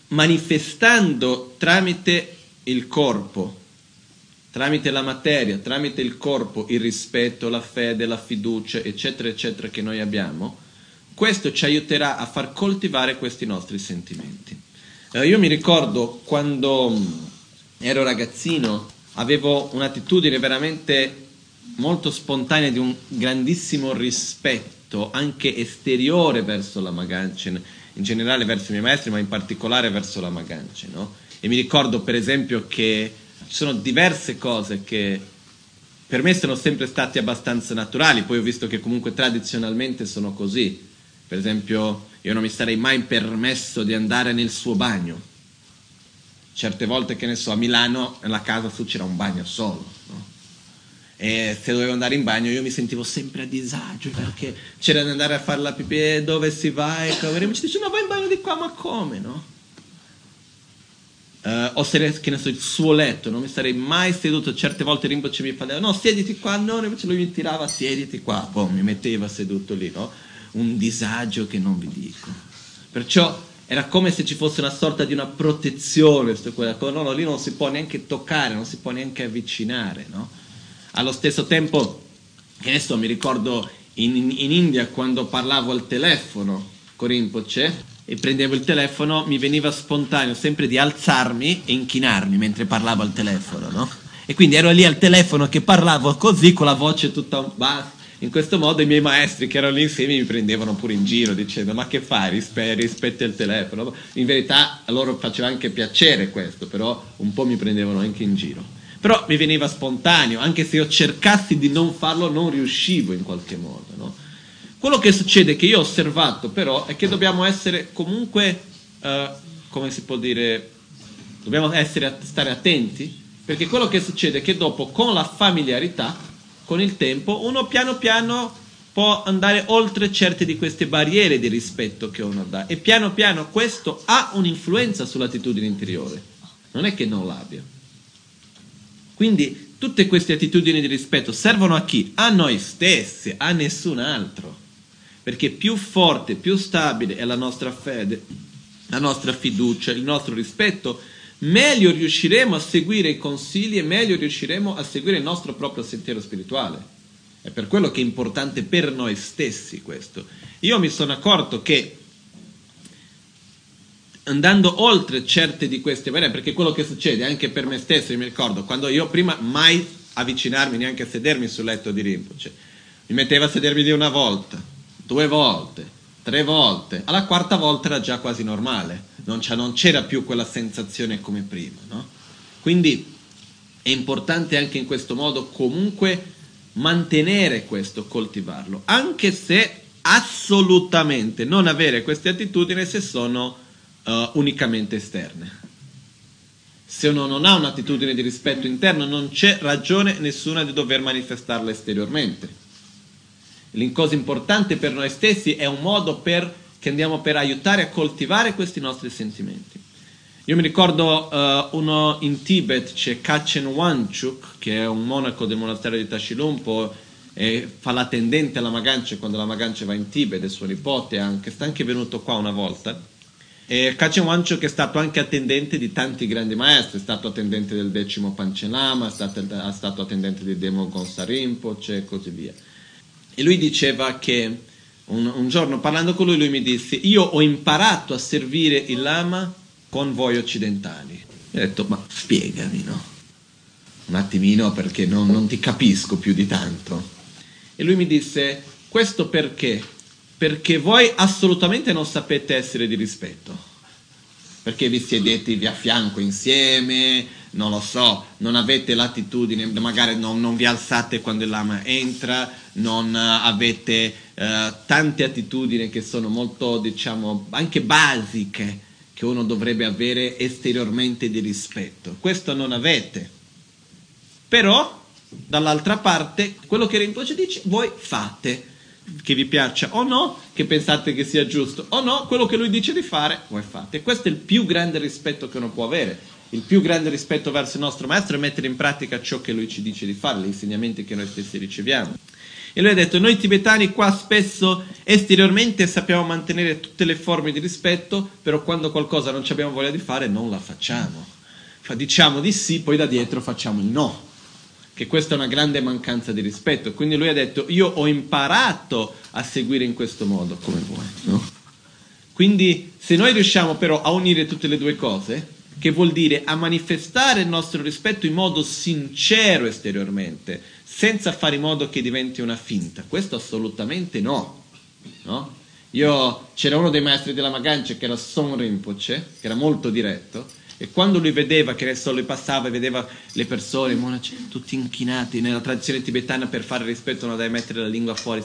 manifestando tramite il corpo, tramite la materia, tramite il corpo, il rispetto, la fede, la fiducia, eccetera, eccetera, che noi abbiamo, questo ci aiuterà a far coltivare questi nostri sentimenti. Io mi ricordo quando ero ragazzino, avevo un'attitudine veramente molto spontanea di un grandissimo rispetto, anche esteriore verso la Maganchen, in generale verso i miei maestri, ma in particolare verso la Maganchen, no? E mi ricordo per esempio che ci sono diverse cose che per me sono sempre state abbastanza naturali, poi ho visto che comunque tradizionalmente sono così. Per esempio, io non mi sarei mai permesso di andare nel suo bagno. Certe volte, che ne so, a Milano, nella casa su c'era un bagno solo, no? E se dovevo andare in bagno io mi sentivo sempre a disagio, perché c'era da andare a fare la pipì, dove si va? E mi ci dice, no, vai in bagno di qua, ma come, no? O se, che ne so, il suo letto, non mi sarei mai seduto. Certe volte Rinpoche mi fa, no, siediti qua, no, invece lui mi tirava, siediti qua, boh, mi metteva seduto lì, no? Un disagio che non vi dico. Perciò era come se ci fosse una sorta di una protezione su quella cosa. No, lì non si può neanche toccare, non si può neanche avvicinare, no? Allo stesso tempo, che ne so, mi ricordo in India quando parlavo al telefono con Rinpoche, e prendevo il telefono, mi veniva spontaneo sempre di alzarmi e inchinarmi mentre parlavo al telefono, no? E quindi ero lì al telefono che parlavo così con la voce tutta bassa. In questo modo i miei maestri che erano lì insieme mi prendevano pure in giro dicendo ma che fai, rispetti il telefono. In verità a loro faceva anche piacere questo, però un po' mi prendevano anche in giro. Però mi veniva spontaneo, anche se io cercassi di non farlo non riuscivo in qualche modo, no? Quello che succede, che io ho osservato però, è che dobbiamo essere comunque, come si può dire, dobbiamo stare attenti, perché quello che succede è che dopo, con la familiarità, con il tempo, uno piano piano può andare oltre certe di queste barriere di rispetto che uno dà, e piano piano questo ha un'influenza sull'attitudine interiore, non è che non l'abbia. Quindi tutte queste attitudini di rispetto servono a chi? A noi stessi, a nessun altro. Perché più forte, più stabile è la nostra fede, la nostra fiducia, il nostro rispetto, meglio riusciremo a seguire i consigli e meglio riusciremo a seguire il nostro proprio sentiero spirituale. È per quello che è importante per noi stessi questo. Io mi sono accorto che andando oltre certe di queste barriere, perché quello che succede anche per me stesso, io mi ricordo, quando io prima mai avvicinarmi, neanche a sedermi sul letto di Rinpoche, mi metteva a sedermi di una volta, 2 volte, 3 volte, alla 4ª volta era già quasi normale, non c'era più quella sensazione come prima, no? Quindi è importante anche in questo modo comunque mantenere questo, coltivarlo, anche se assolutamente non avere queste attitudini se sono unicamente esterne. Se uno non ha un'attitudine di rispetto interno non c'è ragione nessuna di dover manifestarla esteriormente. La cosa importante per noi stessi è un modo che andiamo per aiutare a coltivare questi nostri sentimenti. Io mi ricordo uno in Tibet, c'è Kachen Wanchuk, che è un monaco del monastero di Tashilhunpo e fa l'attendente alla Magancia quando la Magancia va in Tibet, e suo nipote sta anche venuto qua una volta. E Kachen Wanchuk è stato anche attendente di tanti grandi maestri, è stato attendente del 10° Panchen Lama, è stato attendente di Demo Gonsa Rinpoche e così via. E lui diceva che un giorno parlando con lui mi disse: io ho imparato a servire il Lama con voi occidentali. E ho detto: ma spiegami, no? Un attimino, perché non ti capisco più di tanto. E lui mi disse: questo perché? Perché voi assolutamente non sapete essere di rispetto, perché vi siedete a fianco insieme, non lo so, non avete l'attitudine, magari non vi alzate quando il Lama entra, non avete tante attitudini che sono molto, diciamo, anche basiche, che uno dovrebbe avere esteriormente di rispetto. Questo non avete. Però, dall'altra parte, quello che Rinpoche dice, voi fate, che vi piaccia o no, che pensate che sia giusto o no, quello che lui dice di fare, voi fate. Questo è il più grande rispetto che uno può avere. Il più grande rispetto verso il nostro maestro è mettere in pratica ciò che lui ci dice di fare, gli insegnamenti che noi stessi riceviamo. E lui ha detto: noi tibetani qua spesso esteriormente sappiamo mantenere tutte le forme di rispetto, però quando qualcosa non ci abbiamo voglia di fare non la facciamo. Diciamo di sì, poi da dietro facciamo il no, che questa è una grande mancanza di rispetto. Quindi lui ha detto: io ho imparato a seguire in questo modo come voi, no? Quindi se noi riusciamo però a unire tutte le due cose, che vuol dire a manifestare il nostro rispetto in modo sincero esteriormente, senza fare in modo che diventi una finta, questo assolutamente no? C'era uno dei maestri della Magancia che era Son Rinpoche, che era molto diretto, e quando lui vedeva che adesso lui passava e vedeva le persone, i monaci tutti inchinati, nella tradizione tibetana per fare rispetto non deve mettere la lingua fuori,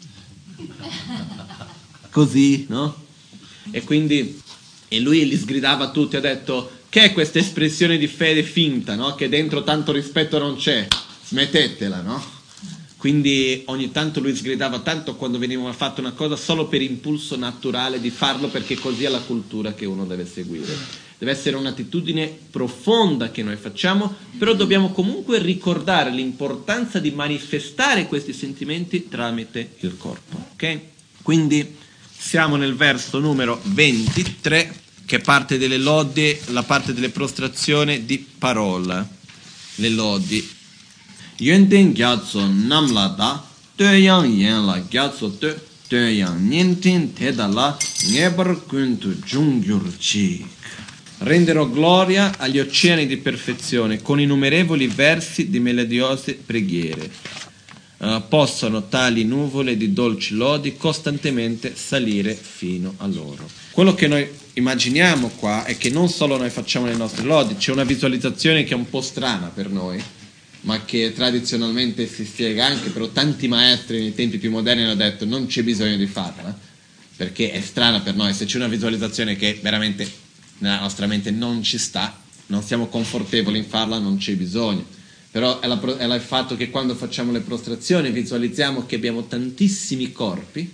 così, no? E quindi lui gli sgridava a tutti, ha detto: che è questa espressione di fede finta, no? Che dentro tanto rispetto non c'è, smettetela, no? Quindi ogni tanto lui sgridava tanto quando veniva fatta una cosa solo per impulso naturale di farlo, perché così è la cultura che uno deve seguire. Deve essere un'attitudine profonda che noi facciamo, però dobbiamo comunque ricordare l'importanza di manifestare questi sentimenti tramite il corpo, ok? Quindi siamo nel verso numero 23, che parte delle lodi, la parte delle prostrazioni di parola. Le lodi. Yunden gyatso namla da, te yang yen la gyatso te, Töyang Nintin Tedala Ngebar Kuntu Jungurchik. Renderò gloria agli oceani di perfezione con innumerevoli versi di melodiose preghiere. Possono tali nuvole di dolci lodi costantemente salire fino a loro. Quello che noi immaginiamo qua è che non solo noi facciamo le nostre lodi, c'è una visualizzazione che è un po' strana per noi, ma che tradizionalmente si spiega anche, però tanti maestri nei tempi più moderni hanno detto non c'è bisogno di farla, perché è strana per noi. Se c'è una visualizzazione che veramente nella nostra mente non ci sta, non siamo confortevoli in farla, non c'è bisogno. Però è il fatto che quando facciamo le prostrazioni visualizziamo che abbiamo tantissimi corpi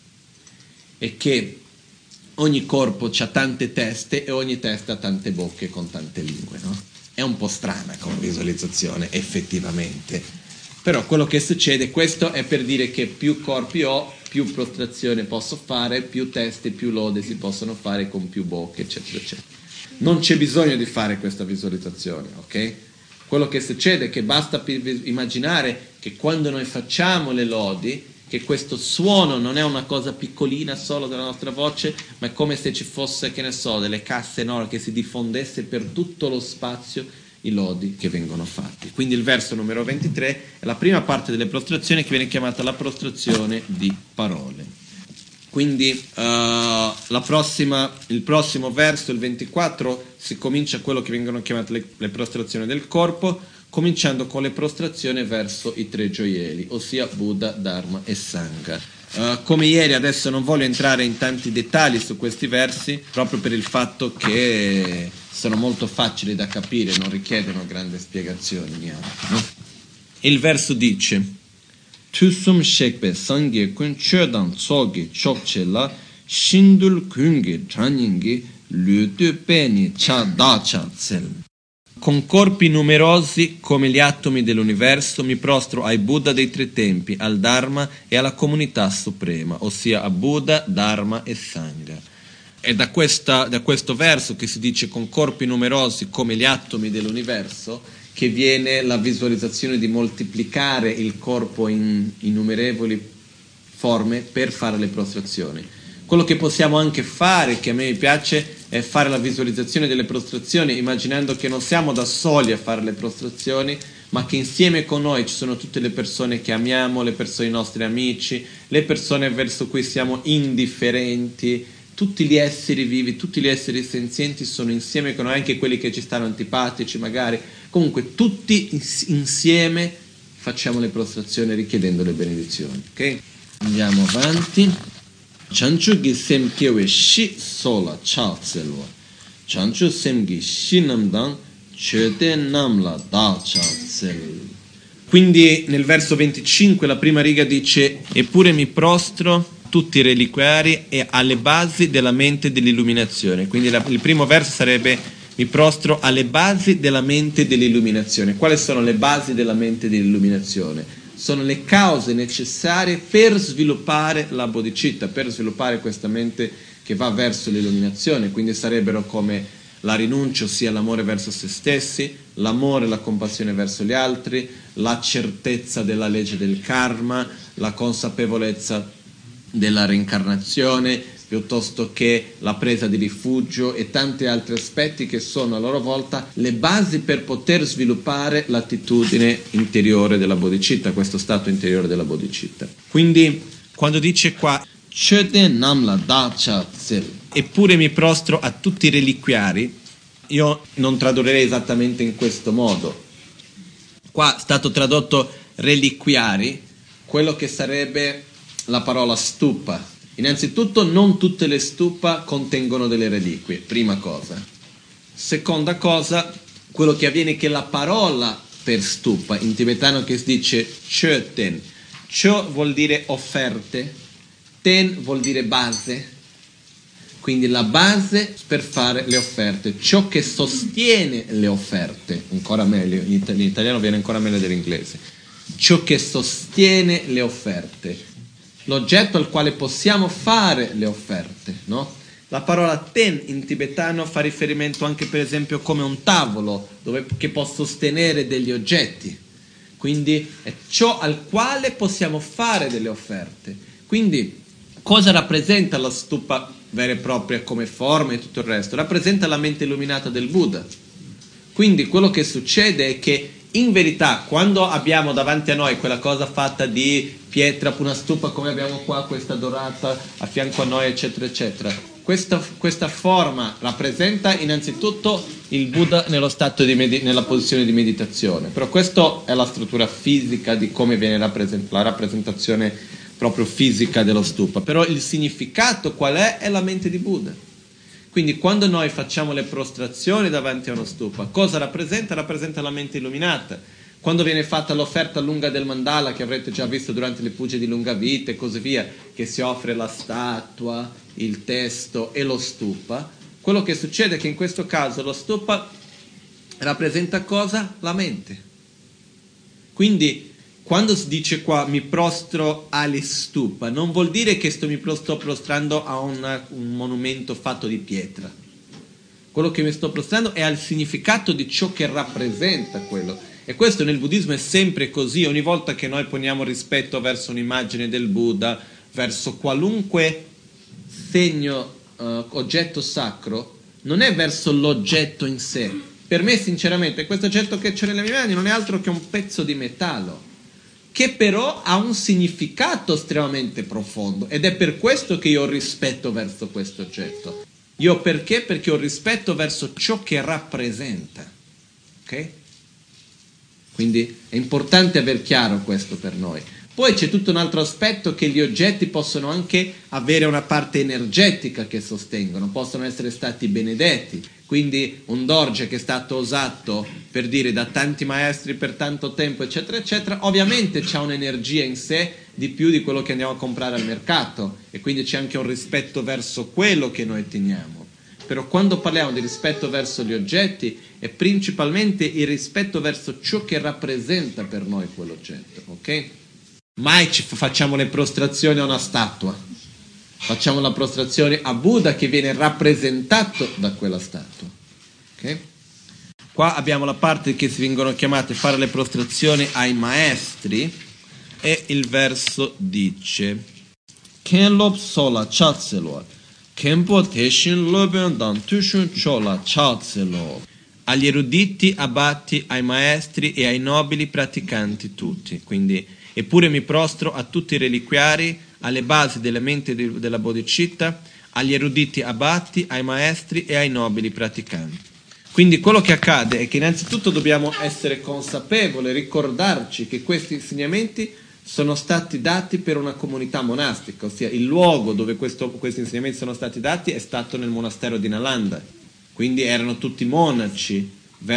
e che ogni corpo ha tante teste e ogni testa ha tante bocche con tante lingue, no? È un po' strana come visualizzazione, effettivamente. Però quello che succede, questo è per dire che più corpi ho, più prostrazione posso fare, più teste, più lode si possono fare con più bocche, eccetera, eccetera. Non c'è bisogno di fare questa visualizzazione, ok? Quello che succede è che basta immaginare che quando noi facciamo le lodi, che questo suono non è una cosa piccolina solo della nostra voce, ma è come se ci fosse, che ne so, delle casse enormi, che si diffondesse per tutto lo spazio i lodi che vengono fatti. Quindi il verso numero 23 è la prima parte delle prostrazioni che viene chiamata la prostrazione di parole. Quindi il prossimo verso, il 24, si comincia quello che vengono chiamate le prostrazioni del corpo, cominciando con le prostrazioni verso i tre gioielli, ossia Buddha, Dharma e Sangha. Come ieri, adesso non voglio entrare in tanti dettagli su questi versi, proprio per il fatto che sono molto facili da capire, non richiedono grandi spiegazioni neanche, no? Il verso dice: Tusum shekpe sangye kun chodan tsogi chokchela shindul kungi traningi lutu peni cha dacha tsel. Con corpi numerosi come gli atomi dell'universo mi prostro ai Buddha dei tre tempi, al Dharma e alla comunità suprema, ossia a Buddha, Dharma e Sangha. È da questo verso che si dice con corpi numerosi come gli atomi dell'universo che viene la visualizzazione di moltiplicare il corpo in innumerevoli forme per fare le prostrazioni. Quello che possiamo anche fare, che a me piace, è fare la visualizzazione delle prostrazioni immaginando che non siamo da soli a fare le prostrazioni, ma che insieme con noi ci sono tutte le persone che amiamo, le persone, i nostri amici, le persone verso cui siamo indifferenti, tutti gli esseri vivi, tutti gli esseri senzienti sono insieme con noi, anche quelli che ci stanno antipatici magari. Comunque tutti insieme facciamo le prostrazioni richiedendo le benedizioni. Ok? Andiamo avanti. Chanchu gi sem kewe shi sola cha tselwa. Chanchu sem gi shi namdang chöte namla da cha tsel. Quindi nel verso 25 la prima riga dice: eppure mi prostro tutti i reliquiari e alle basi della mente dell'illuminazione. Quindi il primo verso sarebbe: mi prostro alle basi della mente dell'illuminazione. Quali sono le basi della mente dell'illuminazione? Sono le cause necessarie per sviluppare la bodhicitta, per sviluppare questa mente che va verso l'illuminazione. Quindi sarebbero come la rinuncia, ossia l'amore verso se stessi, l'amore e la compassione verso gli altri, la certezza della legge del karma, la consapevolezza della reincarnazione, piuttosto che la presa di rifugio e tanti altri aspetti che sono a loro volta le basi per poter sviluppare l'attitudine interiore della bodhicitta, questo stato interiore della bodhicitta. Quindi quando dice qua eppure mi prostro a tutti i reliquiari, io non tradurrei esattamente in questo modo. Qua è stato tradotto reliquiari, quello che sarebbe la parola stupa. Innanzitutto non tutte le stupa contengono delle reliquie, prima cosa. Seconda cosa, quello che avviene è che la parola per stupa, in tibetano che si dice choten, cho vuol dire offerte, ten vuol dire base, quindi la base per fare le offerte, ciò che sostiene le offerte, ancora meglio, in italiano viene ancora meglio dell'inglese, ciò che sostiene le offerte. L'oggetto al quale possiamo fare le offerte, no? La parola ten in tibetano fa riferimento anche per esempio come un tavolo che può sostenere degli oggetti, quindi è ciò al quale possiamo fare delle offerte. Quindi Cosa rappresenta la stupa vera e propria come forma e tutto il resto? Rappresenta la mente illuminata del Buddha. Quindi quello che succede è che in verità quando abbiamo davanti a noi quella cosa fatta di pietra, una stupa come abbiamo qua, questa dorata a fianco a noi, eccetera, eccetera, questa forma rappresenta innanzitutto il Buddha nello stato nella posizione di meditazione. Però questa è la struttura fisica di come viene la rappresentazione proprio fisica dello stupa. Però il significato qual è? È la mente di Buddha. Quindi quando noi facciamo le prostrazioni davanti a uno stupa, cosa rappresenta? Rappresenta la mente illuminata. Quando viene fatta l'offerta lunga del mandala, che avrete già visto durante le puja di lunga vita e così via, che si offre la statua, il testo e lo stupa, quello che succede è che in questo caso lo stupa rappresenta cosa? La mente. Quindi quando si dice qua mi prostro alle stupa, non vuol dire che mi sto prostrando a un monumento fatto di pietra. Quello che mi sto prostrando è al significato di ciò che rappresenta quello. E questo nel buddismo è sempre così. Ogni volta che noi poniamo rispetto verso un'immagine del Buddha, verso qualunque segno, oggetto sacro, non è verso l'oggetto in sé. Per me sinceramente questo oggetto che c'è nelle mie mani non è altro che un pezzo di metallo, che però ha un significato estremamente profondo, ed è per questo che io ho rispetto verso questo oggetto. Perché? Perché ho rispetto verso ciò che rappresenta. Ok? Quindi è importante aver chiaro questo per noi. Poi c'è tutto un altro aspetto, che gli oggetti possono anche avere una parte energetica che sostengono, possono essere stati benedetti. Quindi un dorje che è stato usato, per dire, da tanti maestri per tanto tempo, eccetera, eccetera, ovviamente c'ha un'energia in sé di più di quello che andiamo a comprare al mercato, e quindi c'è anche un rispetto verso quello che noi teniamo. Però quando parliamo di rispetto verso gli oggetti, è principalmente il rispetto verso ciò che rappresenta per noi quell'oggetto, ok? Mai facciamo le prostrazioni a una statua. Facciamo la prostrazione a Buddha che viene rappresentato da quella statua. Okay? Qua abbiamo la parte che si vengono chiamate fare le prostrazioni ai maestri, e il verso dice: Kenlop sola chatselo, Kenpo teshin loben dan tushun chola chatselo. Agli eruditi, abbati, ai maestri e ai nobili praticanti tutti. Quindi, eppure mi prostro a tutti i reliquiari, alle basi della mente della bodhicitta, agli eruditi abbati, ai maestri e ai nobili praticanti. Quindi quello che accade è che innanzitutto dobbiamo essere consapevoli, ricordarci che questi insegnamenti sono stati dati per una comunità monastica, ossia il luogo dove questi insegnamenti sono stati dati è stato nel monastero di Nalanda. Quindi erano tutti monaci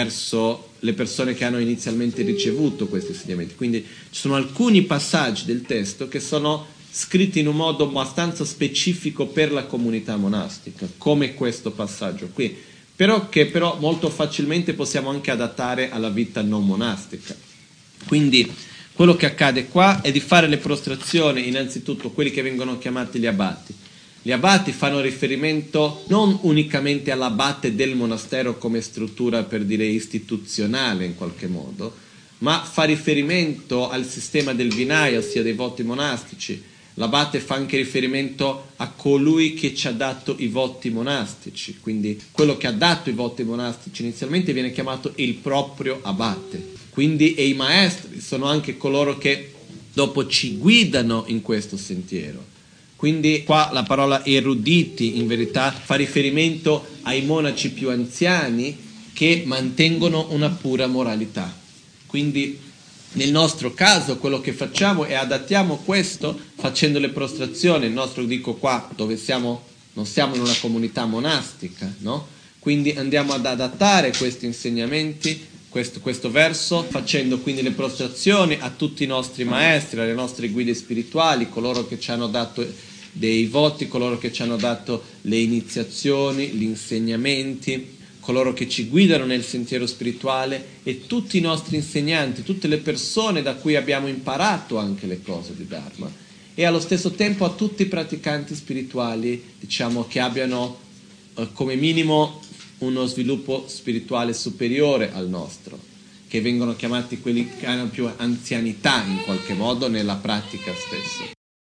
verso le persone che hanno inizialmente ricevuto questi insegnamenti. Quindi ci sono alcuni passaggi del testo che sono scritti in un modo abbastanza specifico per la comunità monastica, come questo passaggio qui, che però molto facilmente possiamo anche adattare alla vita non monastica. Quindi quello che accade qua è di fare le prostrazioni, innanzitutto quelli che vengono chiamati gli abbati. Gli abbati fanno riferimento non unicamente all'abate del monastero come struttura, per dire, istituzionale in qualche modo, ma fa riferimento al sistema del Vinaya, ossia dei voti monastici. L'abate fa anche riferimento a colui che ci ha dato i voti monastici, quindi quello che ha dato i voti monastici inizialmente viene chiamato il proprio abate. Quindi e i maestri sono anche coloro che dopo ci guidano in questo sentiero. Quindi qua la parola eruditi in verità fa riferimento ai monaci più anziani che mantengono una pura moralità. Quindi nel nostro caso quello che facciamo è adattiamo questo facendo le prostrazioni. Il nostro, dico qua, dove non siamo in una comunità monastica, no? Quindi andiamo ad adattare questi insegnamenti, questo verso, facendo quindi le prostrazioni a tutti i nostri maestri, alle nostre guide spirituali, coloro che ci hanno dato dei voti, coloro che ci hanno dato le iniziazioni, gli insegnamenti, coloro che ci guidano nel sentiero spirituale, e tutti i nostri insegnanti, tutte le persone da cui abbiamo imparato anche le cose di Dharma, e allo stesso tempo a tutti i praticanti spirituali, diciamo, che abbiano come minimo uno sviluppo spirituale superiore al nostro, che vengono chiamati quelli che hanno più anzianità in qualche modo nella pratica stessa.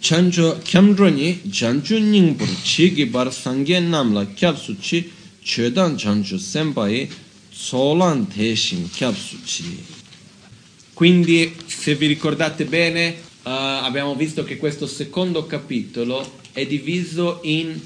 chanjo kyamdroni janju ningbur chigi bar sangye namla kyapsuchi chedan chanju senpai solan teshin kyapsuchi. Quindi, se vi ricordate bene, abbiamo visto che questo secondo capitolo è diviso in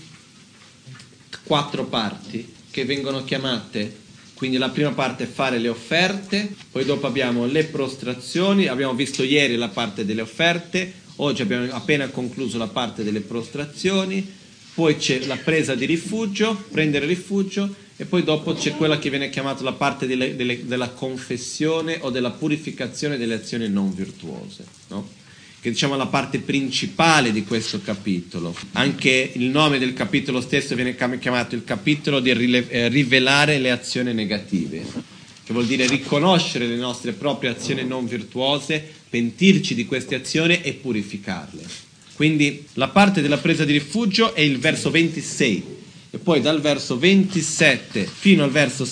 4 parti che vengono chiamate. Quindi la prima parte è fare le offerte, poi dopo abbiamo le prostrazioni, abbiamo visto ieri la parte delle offerte, oggi abbiamo appena concluso la parte delle prostrazioni, poi c'è la presa di rifugio, prendere rifugio, e poi dopo c'è quella che viene chiamata la parte della confessione o della purificazione delle azioni non virtuose, no? Che diciamo è la parte principale di questo capitolo. Anche il nome del capitolo stesso viene chiamato il capitolo di rivelare le azioni negative, che vuol dire riconoscere le nostre proprie azioni non virtuose, pentirci di queste azioni e purificarle. Quindi la parte della presa di rifugio è il verso 26, e poi dal verso 27 fino al verso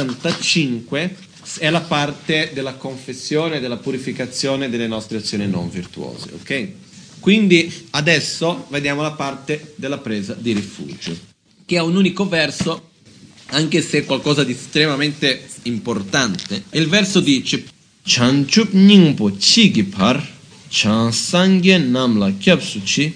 65 è la parte della confessione, della purificazione delle nostre azioni non virtuose, ok? Quindi adesso vediamo la parte della presa di rifugio, che ha un unico verso, anche se è qualcosa di estremamente importante. E il verso dice: Chanchup ningpo chigipar chan sangye namla kyapsuchi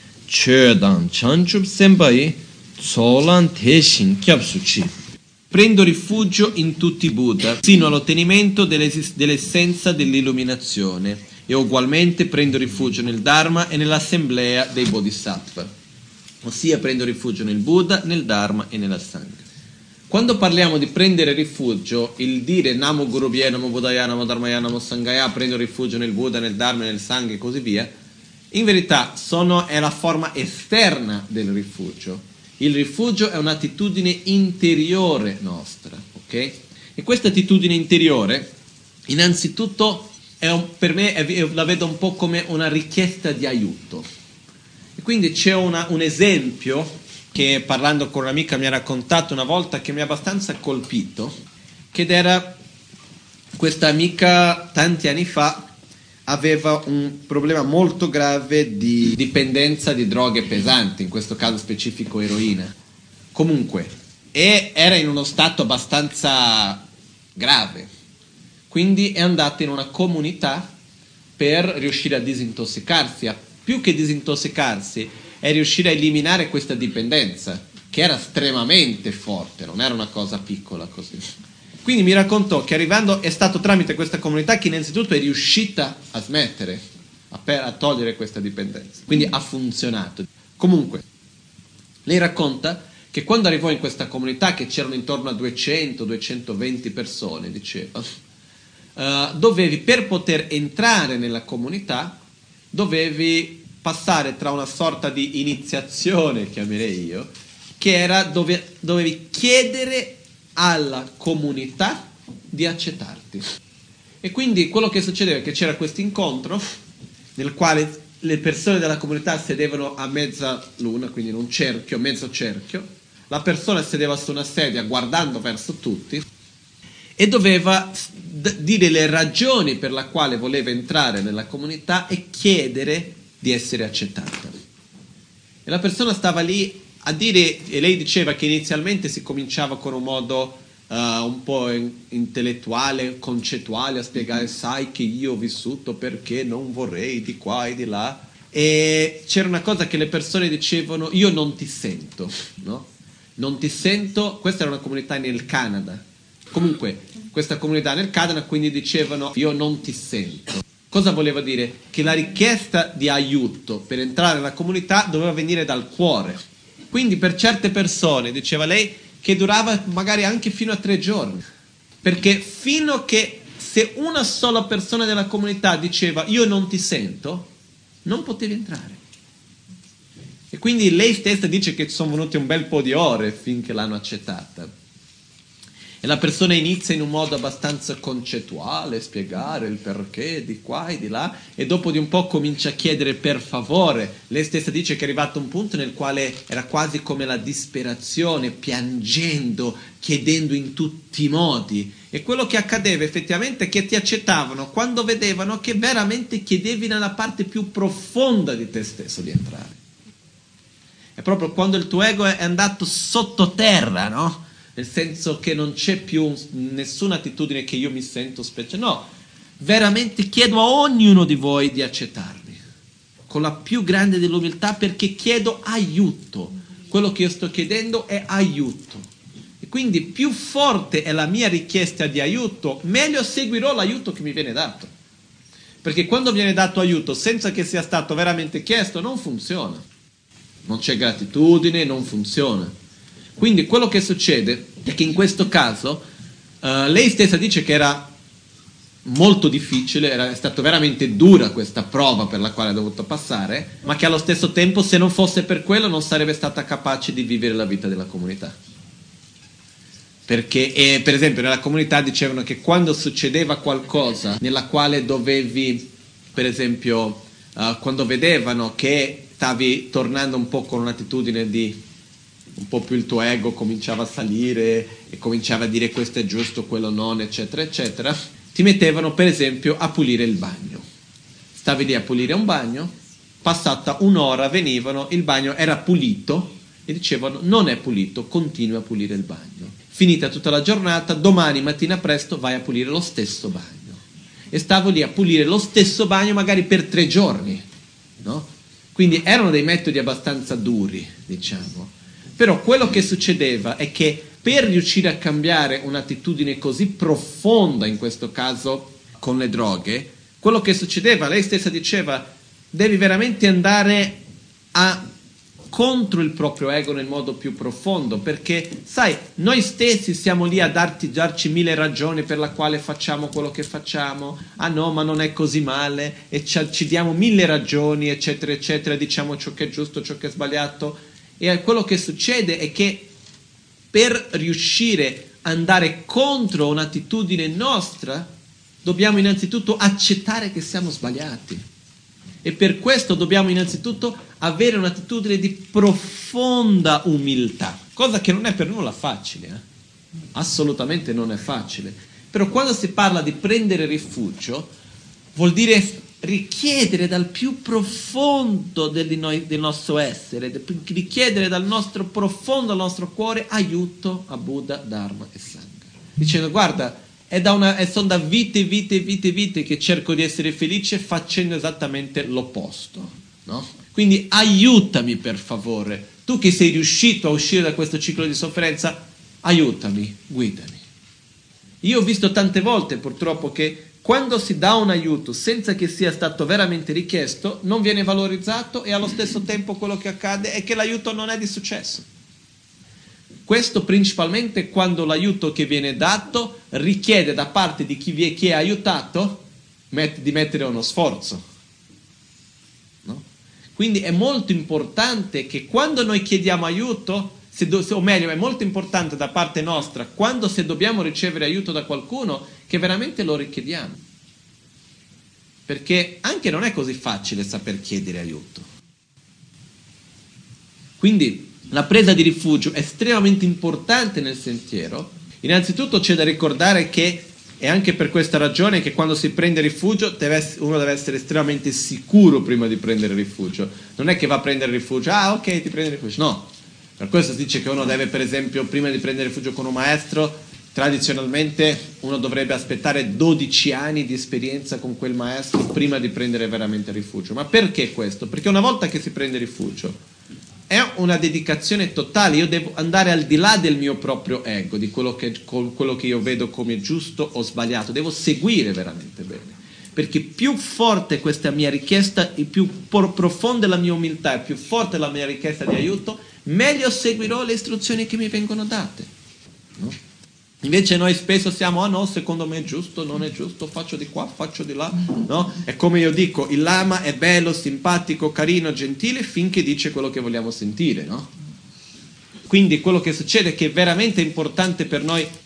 chedan chanchup senpai solan teshin kyapsuchi. Prendo rifugio in tutti i Buddha, sino all'ottenimento dell'essenza dell'illuminazione, e ugualmente prendo rifugio nel Dharma e nell'assemblea dei Bodhisattva, ossia prendo rifugio nel Buddha, nel Dharma e nella Sangha. Quando parliamo di prendere rifugio, il dire Namo Gurubhye, Namo Buddhaya, Namo Dharmaya, Namo Sanghaya, prendo rifugio nel Buddha, nel Dharma e nel Sangha e così via, in verità è la forma esterna del rifugio. Il rifugio è un'attitudine interiore nostra, ok? E questa attitudine interiore, innanzitutto, per me la vedo un po' come una richiesta di aiuto. E quindi c'è un esempio che, parlando con un'amica, mi ha raccontato una volta, che mi ha abbastanza colpito, che era questa amica tanti anni fa aveva un problema molto grave di dipendenza di droghe pesanti, in questo caso specifico eroina. Comunque, e era in uno stato abbastanza grave. Quindi è andata in una comunità per riuscire a disintossicarsi. Più che disintossicarsi, è riuscire a eliminare questa dipendenza, che era estremamente forte, non era una cosa piccola così. Quindi mi raccontò che arrivando è stato tramite questa comunità che innanzitutto è riuscita a smettere, a togliere questa dipendenza. Quindi ha funzionato. Comunque, lei racconta che quando arrivò in questa comunità, che c'erano intorno a 200-220 persone, diceva, per poter entrare nella comunità, dovevi passare tra una sorta di iniziazione, chiamerei io, che era dovevi chiedere alla comunità di accettarti. E quindi quello che succedeva è che c'era questo incontro nel quale le persone della comunità sedevano a mezza luna, quindi in un cerchio, mezzo cerchio, la persona sedeva su una sedia guardando verso tutti e doveva dire le ragioni per la quale voleva entrare nella comunità e chiedere di essere accettata. E la persona stava lì a dire, e lei diceva che inizialmente si cominciava con un modo un po' intellettuale, concettuale, a spiegare: sai che io ho vissuto perché non vorrei di qua e di là, e c'era una cosa che le persone dicevano: io non ti sento, no? Non ti sento. Questa era una comunità nel Canada. Comunque questa comunità nel Canada, quindi dicevano: io non ti sento. Cosa voleva dire? Che la richiesta di aiuto per entrare nella comunità doveva venire dal cuore. Quindi per certe persone, diceva lei, che durava magari anche fino a 3 giorni. Perché fino a che, se una sola persona della comunità diceva io non ti sento, non potevi entrare. E quindi lei stessa dice che ci sono venute un bel po' di ore finché l'hanno accettata. E la persona inizia in un modo abbastanza concettuale, spiegare il perché di qua e di là, e dopo di un po' comincia a chiedere per favore. Lei stessa dice che è arrivato a un punto nel quale era quasi come la disperazione, piangendo, chiedendo in tutti i modi. E quello che accadeva effettivamente è che ti accettavano quando vedevano che veramente chiedevi nella parte più profonda di te stesso di entrare. È proprio quando il tuo ego è andato sottoterra, no? Nel senso che non c'è più nessuna attitudine che io mi sento speciale. No, veramente chiedo a ognuno di voi di accettarmi con la più grande dell'umiltà, perché chiedo aiuto. Quello che io sto chiedendo è aiuto. E quindi più forte è la mia richiesta di aiuto, meglio seguirò l'aiuto che mi viene dato. Perché quando viene dato aiuto senza che sia stato veramente chiesto, non funziona. Non c'è gratitudine, non funziona. Quindi quello che succede è che in questo caso lei stessa dice che era molto difficile, è stata veramente dura questa prova per la quale ha dovuto passare, ma che allo stesso tempo, se non fosse per quello, non sarebbe stata capace di vivere la vita della comunità. Perché, per esempio, nella comunità dicevano che quando succedeva qualcosa nella quale dovevi, per esempio, quando vedevano che stavi tornando un po' con un'attitudine di un po' più il tuo ego cominciava a salire e cominciava a dire questo è giusto, quello non, eccetera, eccetera, ti mettevano per esempio a pulire il bagno. Stavi lì a pulire un bagno, passata un'ora venivano, il bagno era pulito e dicevano non è pulito, continua a pulire il bagno. Finita tutta la giornata, domani mattina presto vai a pulire lo stesso bagno. E stavo lì a pulire lo stesso bagno magari per 3 giorni, no? Quindi erano dei metodi abbastanza duri, diciamo. Però quello che succedeva è che per riuscire a cambiare un'attitudine così profonda, in questo caso con le droghe, quello che succedeva, lei stessa diceva, devi veramente andare contro il proprio ego nel modo più profondo, perché sai, noi stessi siamo lì a darci 1000 ragioni per la quale facciamo quello che facciamo. Ah no, ma non è così male, e ci diamo 1000 ragioni, eccetera eccetera, diciamo ciò che è giusto, ciò che è sbagliato. E quello che succede è che per riuscire ad andare contro un'attitudine nostra dobbiamo innanzitutto accettare che siamo sbagliati, e per questo dobbiamo innanzitutto avere un'attitudine di profonda umiltà, cosa che non è per nulla facile, assolutamente non è facile. Però quando si parla di prendere rifugio vuol dire richiedere dal più profondo del nostro essere, richiedere dal nostro profondo, dal nostro cuore aiuto a Buddha, Dharma e Sangha, dicendo guarda, sono da vite che cerco di essere felice facendo esattamente l'opposto, no? Quindi aiutami per favore, tu che sei riuscito a uscire da questo ciclo di sofferenza, aiutami, guidami. Io ho visto tante volte purtroppo che quando si dà un aiuto senza che sia stato veramente richiesto, non viene valorizzato, e allo stesso tempo quello che accade è che l'aiuto non è di successo. Questo principalmente quando l'aiuto che viene dato richiede da parte di chi è aiutato di mettere uno sforzo, no? Quindi è molto importante che quando noi chiediamo aiuto, o meglio, è molto importante da parte nostra, se dobbiamo ricevere aiuto da qualcuno, che veramente lo richiediamo. Perché anche non è così facile saper chiedere aiuto. Quindi la presa di rifugio è estremamente importante nel sentiero. Innanzitutto c'è da ricordare che è anche per questa ragione che quando si prende rifugio uno deve essere estremamente sicuro prima di prendere rifugio. Non è che va a prendere rifugio, ok, ti prendi rifugio. No. Per questo si dice che uno deve, per esempio, prima di prendere rifugio con un maestro, tradizionalmente uno dovrebbe aspettare 12 anni di esperienza con quel maestro prima di prendere veramente rifugio. Ma perché questo? Perché una volta che si prende rifugio è una dedicazione totale, io devo andare al di là del mio proprio ego, di quello che io vedo come giusto o sbagliato, devo seguire veramente bene. Perché più forte è questa mia richiesta, e più profonda è la mia umiltà, e più forte è la mia richiesta di aiuto, meglio seguirò le istruzioni che mi vengono date, no? Invece noi spesso siamo, no, secondo me è giusto, non è giusto, faccio di qua, faccio di là, no? È come io dico, il lama è bello, simpatico, carino, gentile, finché dice quello che vogliamo sentire, no? Quindi quello che succede è che è veramente importante per noi,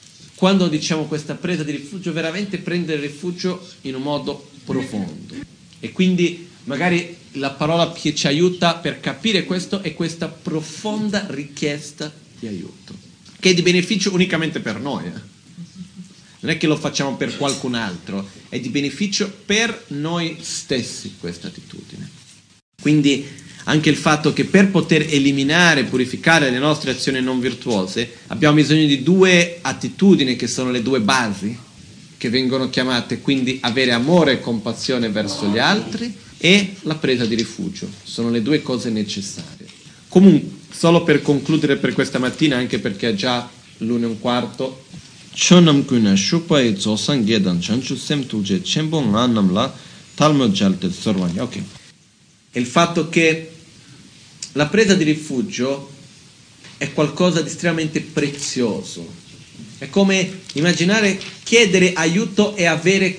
quando diciamo questa presa di rifugio, veramente prendere rifugio in un modo profondo. E quindi magari la parola che ci aiuta per capire questo è questa profonda richiesta di aiuto, che è di beneficio unicamente per noi. Non è che lo facciamo per qualcun altro, è di beneficio per noi stessi questa attitudine. Quindi anche il fatto che per poter eliminare, purificare le nostre azioni non virtuose, abbiamo bisogno di due attitudini che sono le due basi, che vengono chiamate quindi avere amore e compassione verso gli altri e la presa di rifugio. Sono le due cose necessarie. Comunque, solo per concludere per questa mattina, anche perché è già l'1:15, Chonam kuna shukpa e zosan gedan chanchu sem tuje chembo nganam la talmo jalte sorvani. Ok. Il fatto che la presa di rifugio è qualcosa di estremamente prezioso. È come immaginare chiedere aiuto e avere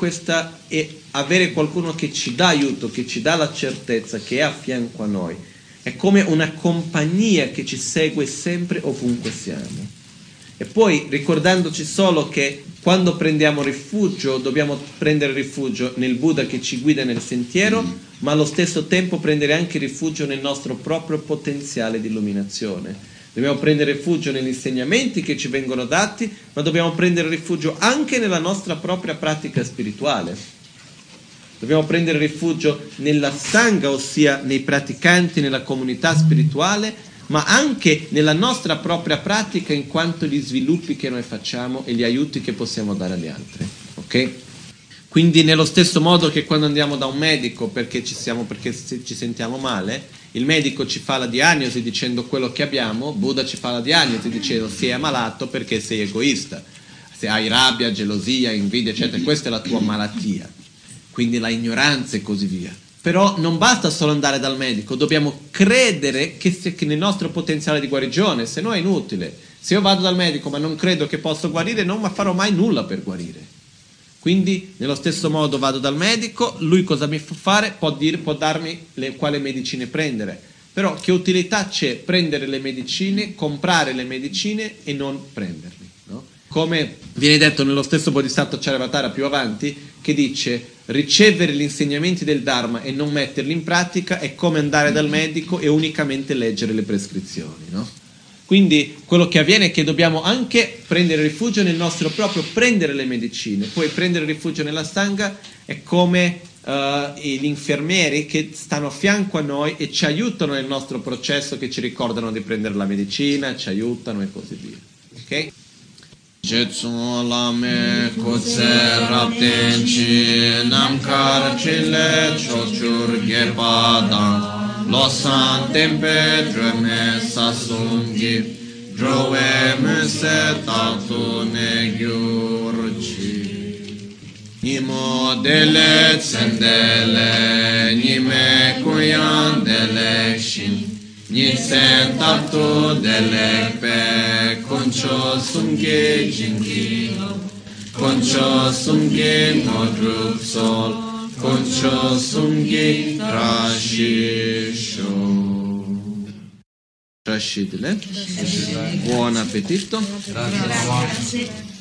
qualcuno che ci dà aiuto, che ci dà la certezza, che è a fianco a noi. È come una compagnia che ci segue sempre ovunque siamo. E poi ricordandoci solo che quando prendiamo rifugio dobbiamo prendere rifugio nel Buddha che ci guida nel sentiero, ma allo stesso tempo prendere anche rifugio nel nostro proprio potenziale di illuminazione. Dobbiamo prendere rifugio negli insegnamenti che ci vengono dati, ma dobbiamo prendere rifugio anche nella nostra propria pratica spirituale. Dobbiamo prendere rifugio nella Sangha, ossia nei praticanti, nella comunità spirituale, ma anche nella nostra propria pratica in quanto gli sviluppi che noi facciamo e gli aiuti che possiamo dare agli altri. Ok? Quindi nello stesso modo che quando andiamo da un medico perché ci sentiamo male, il medico ci fa la diagnosi dicendo quello che abbiamo, Buddha ci fa la diagnosi dicendo sei ammalato perché sei egoista, se hai rabbia, gelosia, invidia, eccetera, questa è la tua malattia, quindi la ignoranza e così via. Però non basta solo andare dal medico, dobbiamo credere che nel nostro potenziale di guarigione, se no è inutile. Se io vado dal medico ma non credo che posso guarire, non farò mai nulla per guarire. Quindi nello stesso modo vado dal medico, lui cosa mi fa fare? Può darmi quale medicine prendere. Però che utilità c'è prendere le medicine, comprare le medicine e non prenderle? No? Come viene detto nello stesso Bodhisattva Charyavatara più avanti, che dice ricevere gli insegnamenti del Dharma e non metterli in pratica è come andare dal medico e unicamente leggere le prescrizioni, no? Quindi quello che avviene è che dobbiamo anche prendere rifugio nel nostro proprio prendere le medicine, poi prendere rifugio nella Sangha è come gli infermieri che stanno a fianco a noi e ci aiutano nel nostro processo, che ci ricordano di prendere la medicina, ci aiutano e così via. Ok? Jetsun lame kutse raptenchi namkar chile chochur gepadan losan tempe dreme sasungi drove muse tatu ne gyurchi nimo dele tsendele nime kuyan dele shin Nisen tatu delekpe koncho sumge jingi koncho sumge modrup sol koncho sumge rashisho. Buon appetito. Grazie.